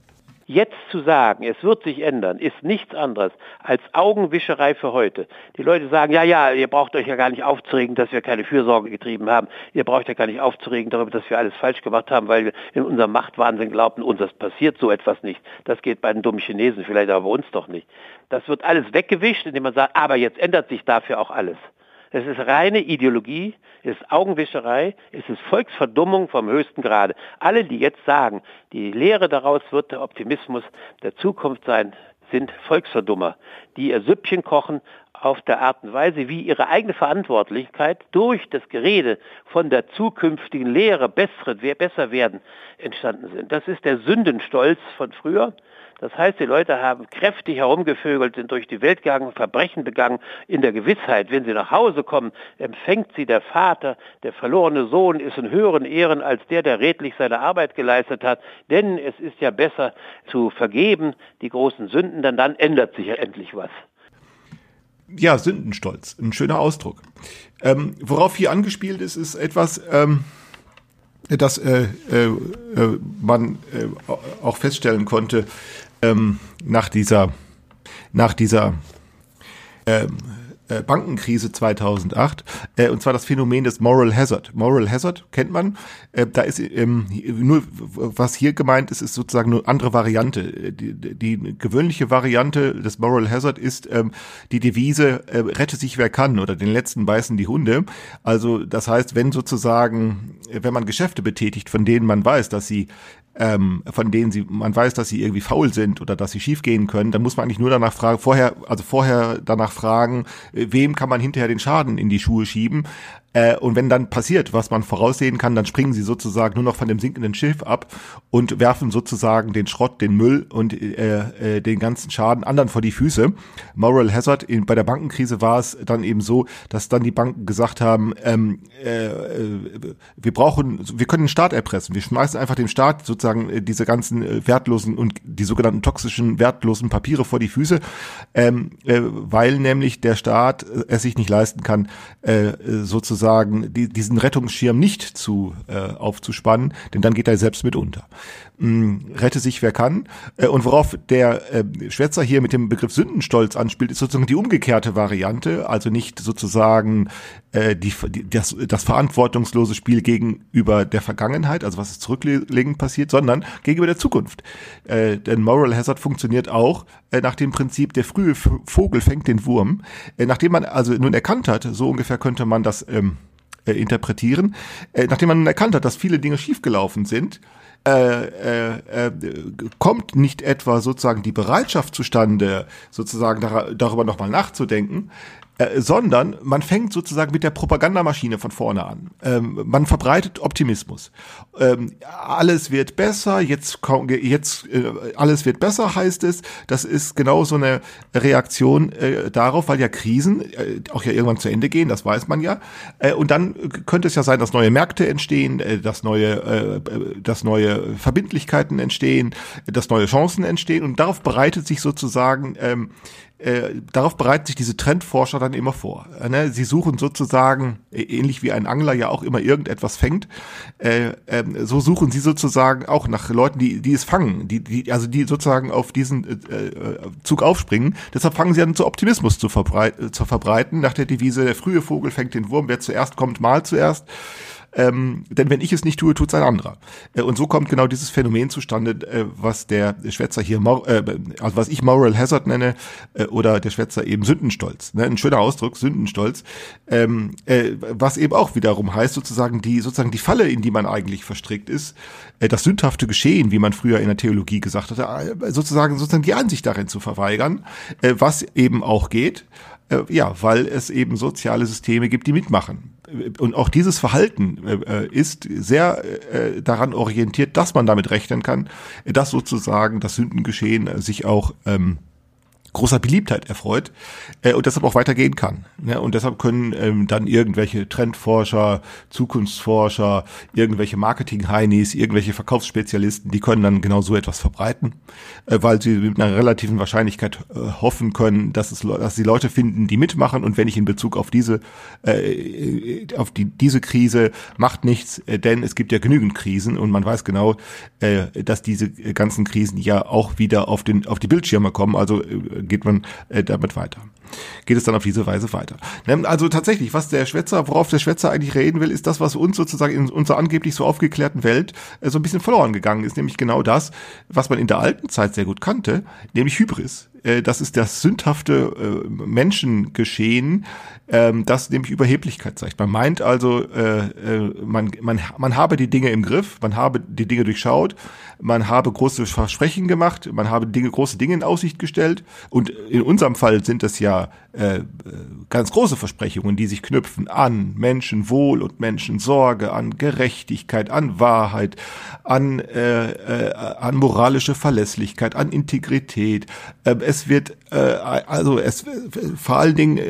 Jetzt zu sagen, es wird sich ändern, ist nichts anderes als Augenwischerei für heute. Die Leute sagen, ja, ihr braucht euch ja gar nicht aufzuregen, dass wir keine Fürsorge getrieben haben. Ihr braucht ja gar nicht aufzuregen darüber, dass wir alles falsch gemacht haben, weil wir in unserem Machtwahnsinn glaubten, uns das passiert so etwas nicht. Das geht bei den dummen Chinesen vielleicht, aber bei uns doch nicht. Das wird alles weggewischt, indem man sagt, aber jetzt ändert sich dafür auch alles. Es ist reine Ideologie, es ist Augenwischerei, es ist Volksverdummung vom höchsten Grade. Alle, die jetzt sagen, die Lehre daraus wird der Optimismus der Zukunft sein, sind Volksverdummer, die ihr Süppchen kochen auf der Art und Weise, wie ihre eigene Verantwortlichkeit durch das Gerede von der zukünftigen Lehre besser werden entstanden sind. Das ist der Sündenstolz von früher. Das heißt, die Leute haben kräftig herumgevögelt, sind durch die Welt gegangen, Verbrechen begangen, in der Gewissheit, wenn sie nach Hause kommen, empfängt sie der Vater, der verlorene Sohn ist in höheren Ehren als der redlich seine Arbeit geleistet hat, denn es ist ja besser zu vergeben, die großen Sünden, denn dann ändert sich ja endlich was. Ja, Sündenstolz, ein schöner Ausdruck. Worauf hier angespielt ist, ist etwas, dass man auch feststellen konnte, nach dieser Bankenkrise 2008, und zwar das Phänomen des Moral Hazard. Moral Hazard kennt man. Da ist nur, was hier gemeint ist, ist sozusagen eine andere Variante. Die gewöhnliche Variante des Moral Hazard ist die Devise, rette sich wer kann oder den Letzten beißen die Hunde. Also das heißt, wenn man Geschäfte betätigt, von denen man weiß, dass sie irgendwie faul sind oder dass sie schiefgehen können, dann muss man eigentlich nur danach fragen, vorher danach fragen, wem kann man hinterher den Schaden in die Schuhe schieben. Und wenn dann passiert, was man voraussehen kann, dann springen sie sozusagen nur noch von dem sinkenden Schiff ab und werfen sozusagen den Schrott, den Müll und den ganzen Schaden anderen vor die Füße. Moral Hazard, bei der Bankenkrise war es dann eben so, dass dann die Banken gesagt haben, wir können den Staat erpressen. Wir schmeißen einfach dem Staat sozusagen diese ganzen wertlosen und die sogenannten toxischen, wertlosen Papiere vor die Füße, weil nämlich der Staat es sich nicht leisten kann, sozusagen diesen Rettungsschirm nicht aufzuspannen, denn dann geht er selbst mit unter. Rette sich wer kann. Und worauf der Schwätzer hier mit dem Begriff Sündenstolz anspielt, ist sozusagen die umgekehrte Variante, also nicht sozusagen das verantwortungslose Spiel gegenüber der Vergangenheit, also was ist zurückliegend passiert, sondern gegenüber der Zukunft. Denn Moral Hazard funktioniert auch nach dem Prinzip, der frühe Vogel fängt den Wurm. Nachdem man also nun erkannt hat, so ungefähr könnte man das interpretieren, nachdem man nun erkannt hat, dass viele Dinge schiefgelaufen sind, kommt nicht etwa sozusagen die Bereitschaft zustande, sozusagen darüber nochmal nachzudenken, sondern man fängt sozusagen mit der Propagandamaschine von vorne an. Man verbreitet Optimismus. Alles wird besser, alles wird besser, heißt es. Das ist genau so eine Reaktion darauf, weil ja Krisen auch ja irgendwann zu Ende gehen, das weiß man ja. Und dann könnte es ja sein, dass neue Märkte entstehen, dass neue Verbindlichkeiten entstehen, dass neue Chancen entstehen, und darauf bereitet sich sozusagen diese Trendforscher dann immer vor. Sie suchen sozusagen, ähnlich wie ein Angler ja auch immer irgendetwas fängt, so suchen sie sozusagen auch nach Leuten, die es fangen, die sozusagen auf diesen Zug aufspringen. Deshalb fangen sie an, zu Optimismus zu verbreiten, nach der Devise, der frühe Vogel fängt den Wurm, wer zuerst kommt, mahlt zuerst. Denn wenn ich es nicht tue, tut's ein anderer. Und so kommt genau dieses Phänomen zustande, was der Schwätzer hier, also was ich Moral Hazard nenne, oder der Schwätzer eben Sündenstolz. Ein schöner Ausdruck, Sündenstolz, was eben auch wiederum heißt, sozusagen die Falle, in die man eigentlich verstrickt ist, das sündhafte Geschehen, wie man früher in der Theologie gesagt hatte, sozusagen die Ansicht darin zu verweigern, was eben auch geht, weil es eben soziale Systeme gibt, die mitmachen. Und auch dieses Verhalten ist sehr daran orientiert, dass man damit rechnen kann, dass sozusagen das Sündengeschehen sich auch großer Beliebtheit erfreut und deshalb auch weitergehen kann. Ja, und deshalb können dann irgendwelche Trendforscher, Zukunftsforscher, irgendwelche Marketing-Heinis, irgendwelche Verkaufsspezialisten, die können dann genau so etwas verbreiten, weil sie mit einer relativen Wahrscheinlichkeit hoffen können, dass sie Leute finden, die mitmachen. Und wenn ich in Bezug auf diese Krise macht nichts, denn es gibt ja genügend Krisen und man weiß genau, dass diese ganzen Krisen ja auch wieder auf die Bildschirme kommen. Also geht man damit weiter. Geht es dann auf diese Weise weiter. Also tatsächlich, worauf der Schwätzer eigentlich reden will, ist das, was uns sozusagen in unserer angeblich so aufgeklärten Welt so ein bisschen verloren gegangen ist, nämlich genau das, was man in der alten Zeit sehr gut kannte, nämlich Hybris. Das ist das sündhafte Menschengeschehen, das nämlich Überheblichkeit zeigt. Man meint also, man habe die Dinge im Griff, man habe die Dinge durchschaut, man habe große Versprechen gemacht, man habe große Dinge in Aussicht gestellt und in unserem Fall sind das ja ganz große Versprechungen, die sich knüpfen an Menschenwohl und Menschensorge, an Gerechtigkeit, an Wahrheit, an moralische Verlässlichkeit, an Integrität. Es wird vor allen Dingen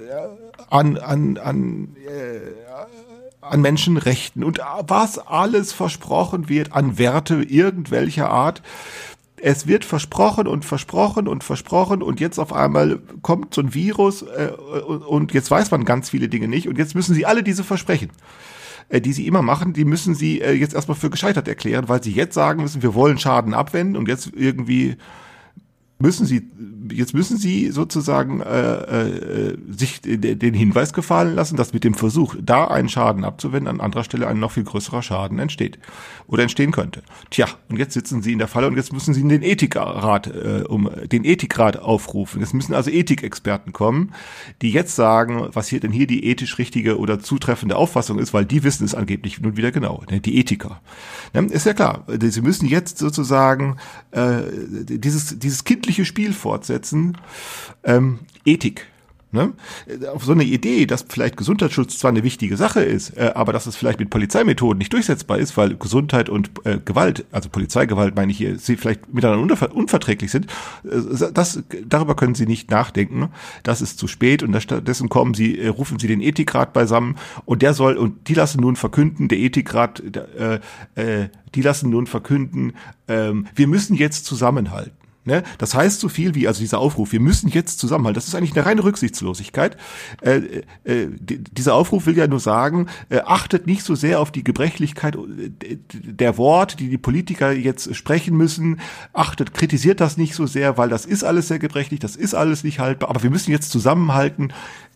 an Menschenrechten und was alles versprochen wird an Werte irgendwelcher Art. Es wird versprochen und versprochen und versprochen und jetzt auf einmal kommt so ein Virus und jetzt weiß man ganz viele Dinge nicht und jetzt müssen sie alle diese Versprechen, die sie immer machen, die müssen sie jetzt erstmal für gescheitert erklären, weil sie jetzt sagen müssen, wir wollen Schaden abwenden und jetzt irgendwie müssen sie sozusagen sich den Hinweis gefallen lassen, dass mit dem Versuch, da einen Schaden abzuwenden, an anderer Stelle ein noch viel größerer Schaden entsteht oder entstehen könnte. Tja, und jetzt sitzen sie in der Falle und jetzt müssen sie den Ethikrat aufrufen. Es müssen also Ethikexperten kommen, die jetzt sagen, was hier denn hier die ethisch richtige oder zutreffende Auffassung ist, weil die wissen es angeblich nun wieder genau, die Ethiker. Ist ja klar, sie müssen jetzt sozusagen dieses kindliche Spiel fortsetzen, Ethik. Ne? Auf so eine Idee, dass vielleicht Gesundheitsschutz zwar eine wichtige Sache ist, aber dass es vielleicht mit Polizeimethoden nicht durchsetzbar ist, weil Gesundheit und Gewalt, also Polizeigewalt meine ich hier, sie vielleicht miteinander unverträglich sind, darüber können Sie nicht nachdenken. Das ist zu spät und stattdessen rufen Sie den Ethikrat beisammen und die lassen nun verkünden, der Ethikrat, die lassen nun verkünden, wir müssen jetzt zusammenhalten. Ne? Das heißt so viel wie, also dieser Aufruf, wir müssen jetzt zusammenhalten, das ist eigentlich eine reine Rücksichtslosigkeit. Dieser Aufruf will ja nur sagen, achtet nicht so sehr auf die Gebrechlichkeit der Worte, die Politiker jetzt sprechen müssen, kritisiert das nicht so sehr, weil das ist alles sehr gebrechlich, das ist alles nicht haltbar, aber wir müssen jetzt zusammenhalten,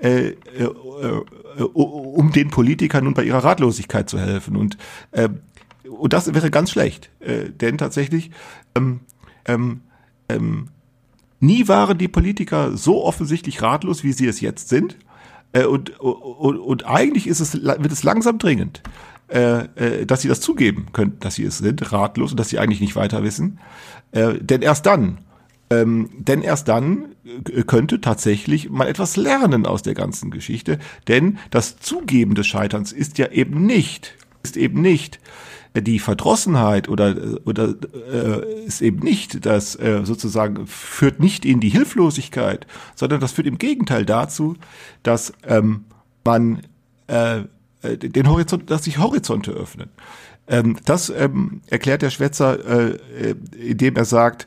um den Politikern nun bei ihrer Ratlosigkeit zu helfen. Und das wäre ganz schlecht, denn tatsächlich nie waren die Politiker so offensichtlich ratlos, wie sie es jetzt sind. Und eigentlich wird es langsam dringend, dass sie das zugeben können, dass sie es sind, ratlos und dass sie eigentlich nicht weiter wissen. Denn erst dann könnte tatsächlich mal etwas lernen aus der ganzen Geschichte. Denn das Zugeben des Scheiterns ist eben nicht die Verdrossenheit oder ist eben nicht, das sozusagen führt nicht in die Hilflosigkeit, sondern das führt im Gegenteil dazu, dass man dass sich Horizonte öffnen. Das erklärt der Schwätzer, indem er sagt,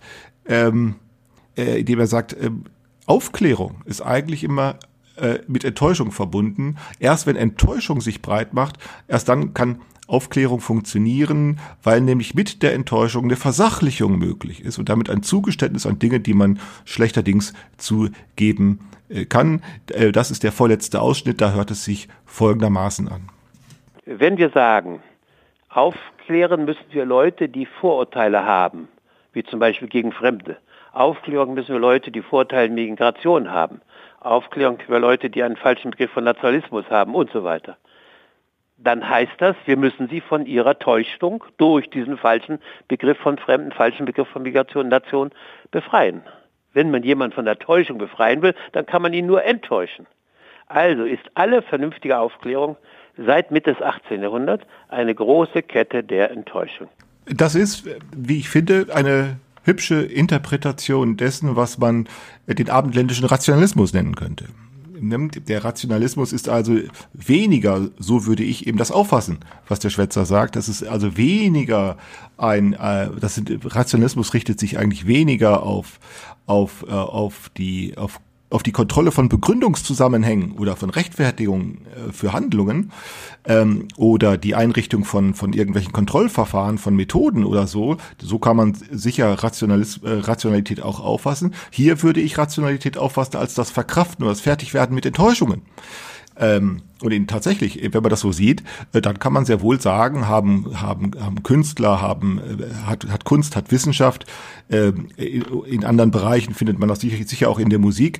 Aufklärung ist eigentlich immer mit Enttäuschung verbunden. Erst wenn Enttäuschung sich breit macht, erst dann kann Aufklärung funktionieren, weil nämlich mit der Enttäuschung eine Versachlichung möglich ist und damit ein Zugeständnis an Dinge, die man schlechterdings zugeben kann. Das ist der vorletzte Ausschnitt, da hört es sich folgendermaßen an. Wenn wir sagen, aufklären müssen wir Leute, die Vorurteile haben, wie zum Beispiel gegen Fremde. Aufklärung müssen wir Leute, die Vorurteile gegen Migration haben. Aufklärung für Leute, die einen falschen Begriff von Nationalismus haben und so weiter. Dann heißt das, wir müssen sie von ihrer Täuschung durch diesen falschen Begriff von Fremden, falschen Begriff von Migration und Nation befreien. Wenn man jemanden von der Täuschung befreien will, dann kann man ihn nur enttäuschen. Also ist alle vernünftige Aufklärung seit Mitte des 18. Jahrhunderts eine große Kette der Enttäuschung. Das ist, wie ich finde, eine hübsche Interpretation dessen, was man den abendländischen Rationalismus nennen könnte. Der Rationalismus ist also weniger, so würde ich eben das auffassen, was der Schwätzer sagt. Das ist also weniger Rationalismus richtet sich eigentlich weniger auf die Kontrolle von Begründungszusammenhängen oder von Rechtfertigungen für Handlungen oder die Einrichtung von irgendwelchen Kontrollverfahren, von Methoden oder so. So kann man sicher Rationalität auch auffassen. Hier würde ich Rationalität auffassen als das Verkraften oder das Fertigwerden mit Enttäuschungen. Und tatsächlich, wenn man das so sieht, dann kann man sehr wohl sagen, haben Künstler, hat Kunst, hat Wissenschaft, in anderen Bereichen findet man das sicher auch in der Musik,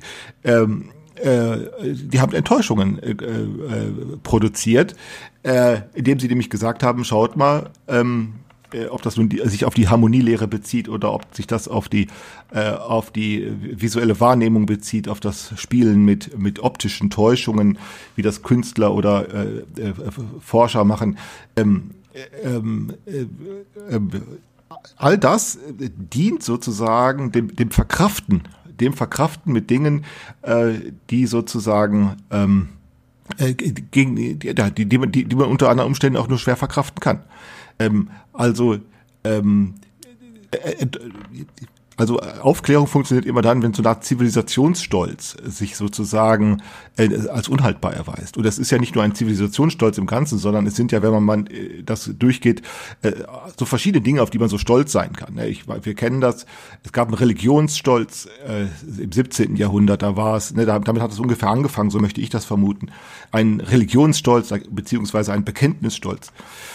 die haben Enttäuschungen produziert, indem sie nämlich gesagt haben, schaut mal, ob das nun sich auf die Harmonielehre bezieht oder ob sich das auf die visuelle Wahrnehmung bezieht, auf das Spielen mit optischen Täuschungen, wie das Künstler oder Forscher machen. All das dient sozusagen dem Verkraften mit Dingen, die sozusagen die man unter anderen Umständen auch nur schwer verkraften kann. Also Aufklärung funktioniert immer dann, wenn so eine Art Zivilisationsstolz sich sozusagen als unhaltbar erweist. Und das ist ja nicht nur ein Zivilisationsstolz im Ganzen, sondern es sind ja, wenn man das durchgeht, so verschiedene Dinge, auf die man so stolz sein kann. Wir kennen das. Es gab einen Religionsstolz im 17. Jahrhundert. Da war es, damit hat es ungefähr angefangen, so möchte ich das vermuten. Ein Religionsstolz beziehungsweise ein Bekenntnisstolz.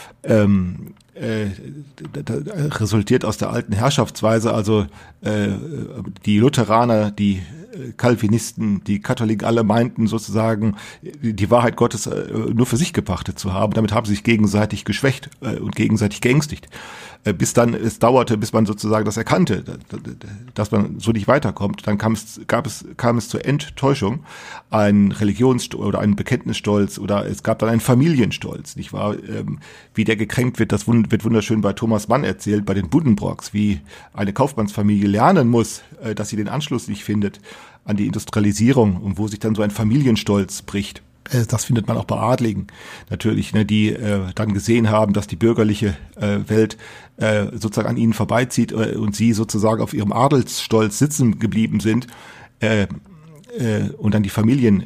Resultiert aus der alten Herrschaftsweise, also die Lutheraner, die Calvinisten, die Katholiken, alle meinten sozusagen, die Wahrheit Gottes nur für sich gepachtet zu haben. Damit haben sie sich gegenseitig geschwächt und gegenseitig geängstigt. Bis man sozusagen das erkannte, dass man so nicht weiterkommt. Dann kam es zur Enttäuschung, ein Religionsstolz oder ein Bekenntnisstolz oder es gab dann einen Familienstolz, nicht wahr? Wie der gekränkt wird, das wird wunderschön bei Thomas Mann erzählt, bei den Buddenbrooks, wie eine Kaufmannsfamilie lernen muss, dass sie den Anschluss nicht findet an die Industrialisierung und wo sich dann so ein Familienstolz bricht. Das findet man auch bei Adligen natürlich, die dann gesehen haben, dass die bürgerliche Welt sozusagen an ihnen vorbeizieht und sie sozusagen auf ihrem Adelsstolz sitzen geblieben sind und dann die Familien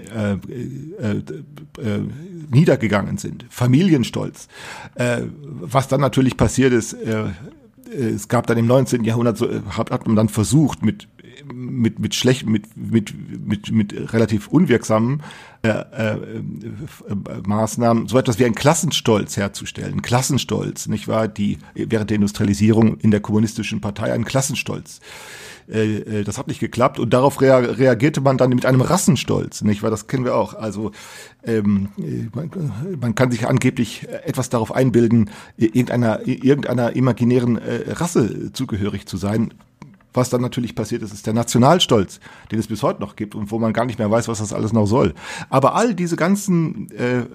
niedergegangen sind. Familienstolz. Was dann natürlich passiert ist, es gab dann im 19. Jahrhundert hat man dann versucht mit relativ unwirksamen Maßnahmen so etwas wie einen Klassenstolz herzustellen. Klassenstolz, nicht wahr? Die während der Industrialisierung in der kommunistischen Partei einen Klassenstolz. Das hat nicht geklappt und darauf reagierte man dann mit einem Rassenstolz, nicht wahr? Das kennen wir auch. Also man kann sich angeblich etwas darauf einbilden, irgendeiner imaginären Rasse zugehörig zu sein. Was dann natürlich passiert ist der Nationalstolz, den es bis heute noch gibt und wo man gar nicht mehr weiß, was das alles noch soll. Aber all diese ganzen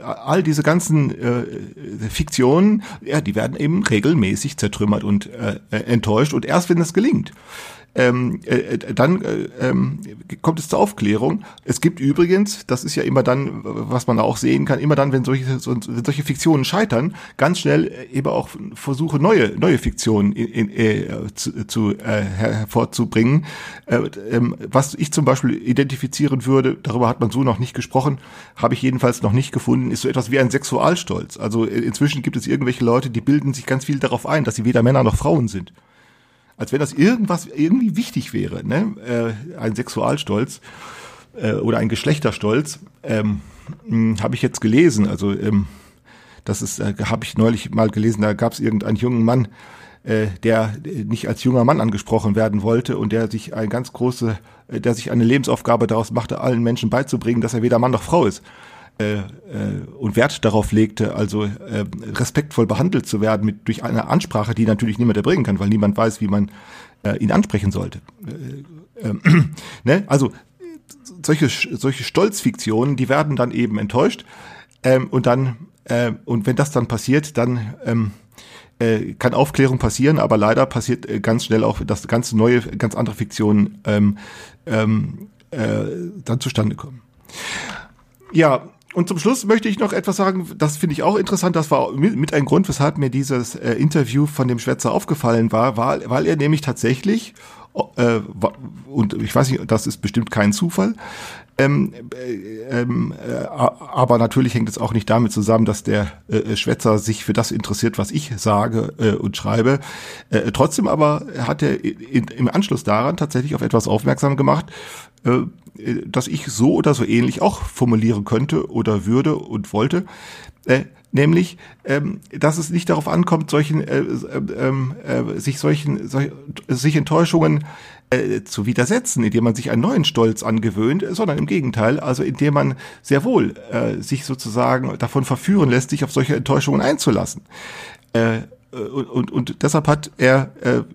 Fiktionen, ja, die werden eben regelmäßig zertrümmert und enttäuscht und erst wenn es gelingt, dann kommt es zur Aufklärung. Es gibt übrigens, das ist ja immer dann, was man auch sehen kann, immer dann, wenn solche Fiktionen scheitern, ganz schnell eben auch Versuche, neue Fiktionen hervorzubringen. Was ich zum Beispiel identifizieren würde, darüber hat man so noch nicht gesprochen, habe ich jedenfalls noch nicht gefunden, ist so etwas wie ein Sexualstolz. Also inzwischen gibt es irgendwelche Leute, die bilden sich ganz viel darauf ein, dass sie weder Männer noch Frauen sind. Als wenn das irgendwie wichtig wäre, ne? Ein Sexualstolz oder ein Geschlechterstolz, habe ich jetzt gelesen. Also habe ich neulich mal gelesen, da gab es irgendeinen jungen Mann, der nicht als junger Mann angesprochen werden wollte und der sich eine Lebensaufgabe daraus machte, allen Menschen beizubringen, dass er weder Mann noch Frau ist. Und Wert darauf legte, also respektvoll behandelt zu werden durch eine Ansprache, die natürlich niemand erbringen kann, weil niemand weiß, wie man ihn ansprechen sollte. Ne? Also solche Stolzfiktionen, die werden dann eben enttäuscht und wenn das dann passiert, dann kann Aufklärung passieren, aber leider passiert ganz schnell auch, dass ganz neue, ganz andere Fiktionen dann zustande kommen. Ja, und zum Schluss möchte ich noch etwas sagen, das finde ich auch interessant, das war mit ein Grund, weshalb mir dieses Interview von dem Schwätzer aufgefallen war, weil er nämlich tatsächlich, und ich weiß nicht, das ist bestimmt kein Zufall, aber natürlich hängt es auch nicht damit zusammen, dass der Schwätzer sich für das interessiert, was ich sage und schreibe. Trotzdem aber hat er im Anschluss daran tatsächlich auf etwas aufmerksam gemacht, dass ich so oder so ähnlich auch formulieren könnte oder würde und wollte, nämlich, dass es nicht darauf ankommt, sich Enttäuschungen zu widersetzen, indem man sich einen neuen Stolz angewöhnt, sondern im Gegenteil, also indem man sehr wohl sich sozusagen davon verführen lässt, sich auf solche Enttäuschungen einzulassen. Und deshalb hat er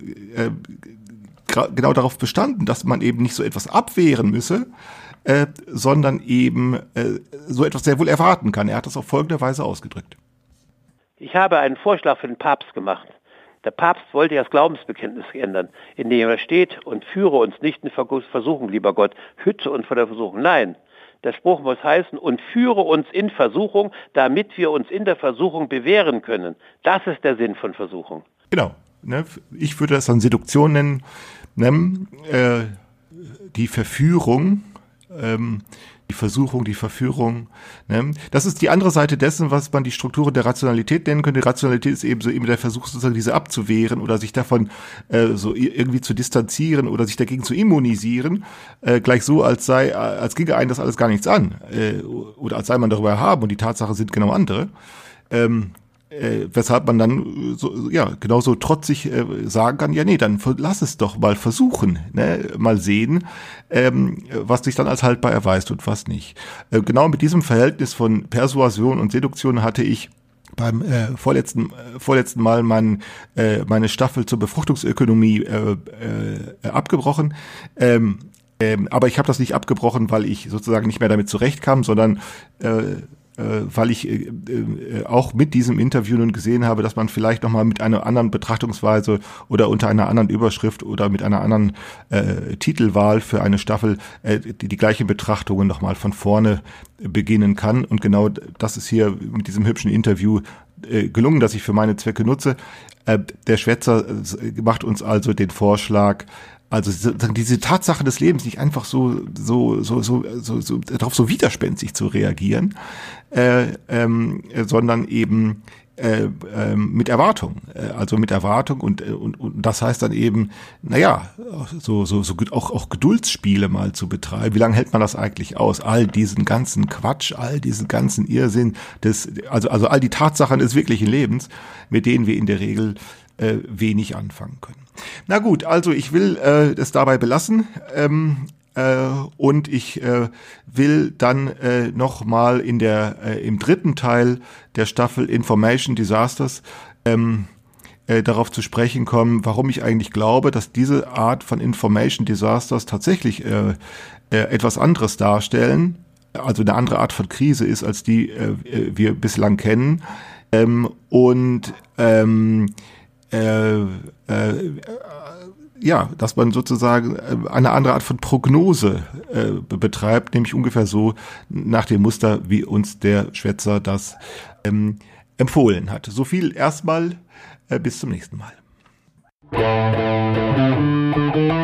genau darauf bestanden, dass man eben nicht so etwas abwehren müsse, sondern eben so etwas sehr wohl erwarten kann. Er hat das auf folgende Weise ausgedrückt. Ich habe einen Vorschlag für den Papst gemacht. Der Papst wollte ja das Glaubensbekenntnis ändern, indem er steht: und führe uns nicht in Versuchung, lieber Gott, hüte uns vor der Versuchung. Nein, der Spruch muss heißen: und führe uns in Versuchung, damit wir uns in der Versuchung bewähren können. Das ist der Sinn von Versuchung. Genau. Ne? Ich würde das dann Seduktion nennen. Die Verführung, die Versuchung, die Verführung. Ne? Das ist die andere Seite dessen, was man die Strukturen der Rationalität nennen könnte. Die Rationalität ist eben so eben der Versuch, sozusagen diese abzuwehren oder sich davon so irgendwie zu distanzieren oder sich dagegen zu immunisieren, gleich so, als ginge einen das alles gar nichts an, oder als sei man darüber erhaben und die Tatsache sind genau andere. Weshalb man dann genauso trotzig sagen kann, ja nee, dann lass es doch mal versuchen, ne? Mal sehen, was sich dann als haltbar erweist und was nicht. Genau mit diesem Verhältnis von Persuasion und Seduktion hatte ich beim vorletzten Mal meine Staffel zur Befruchtungsökonomie abgebrochen. Aber ich habe das nicht abgebrochen, weil ich sozusagen nicht mehr damit zurechtkam, sondern weil ich auch mit diesem Interview nun gesehen habe, dass man vielleicht nochmal mit einer anderen Betrachtungsweise oder unter einer anderen Überschrift oder mit einer anderen Titelwahl für eine Staffel die gleichen Betrachtungen nochmal von vorne beginnen kann. Und genau das ist hier mit diesem hübschen Interview gelungen, das ich für meine Zwecke nutze. Der Schwätzer macht uns also den Vorschlag, also diese Tatsache des Lebens nicht einfach so darauf so widerspenstig zu reagieren, sondern eben mit Erwartung. Also mit Erwartung und das heißt dann eben, auch Geduldsspiele mal zu betreiben. Wie lange hält man das eigentlich aus? All diesen ganzen Quatsch, all diesen ganzen Irrsinn, also all die Tatsachen des wirklichen Lebens, mit denen wir in der Regel wenig anfangen können. Na gut, also ich will es dabei belassen und ich will dann nochmal im dritten Teil der Staffel Information Disasters darauf zu sprechen kommen, warum ich eigentlich glaube, dass diese Art von Information Disasters tatsächlich etwas anderes darstellen, also eine andere Art von Krise ist, als die wir bislang kennen, dass man sozusagen eine andere Art von Prognose betreibt, nämlich ungefähr so nach dem Muster, wie uns der Schwätzer das empfohlen hat. So viel erstmal, bis zum nächsten Mal.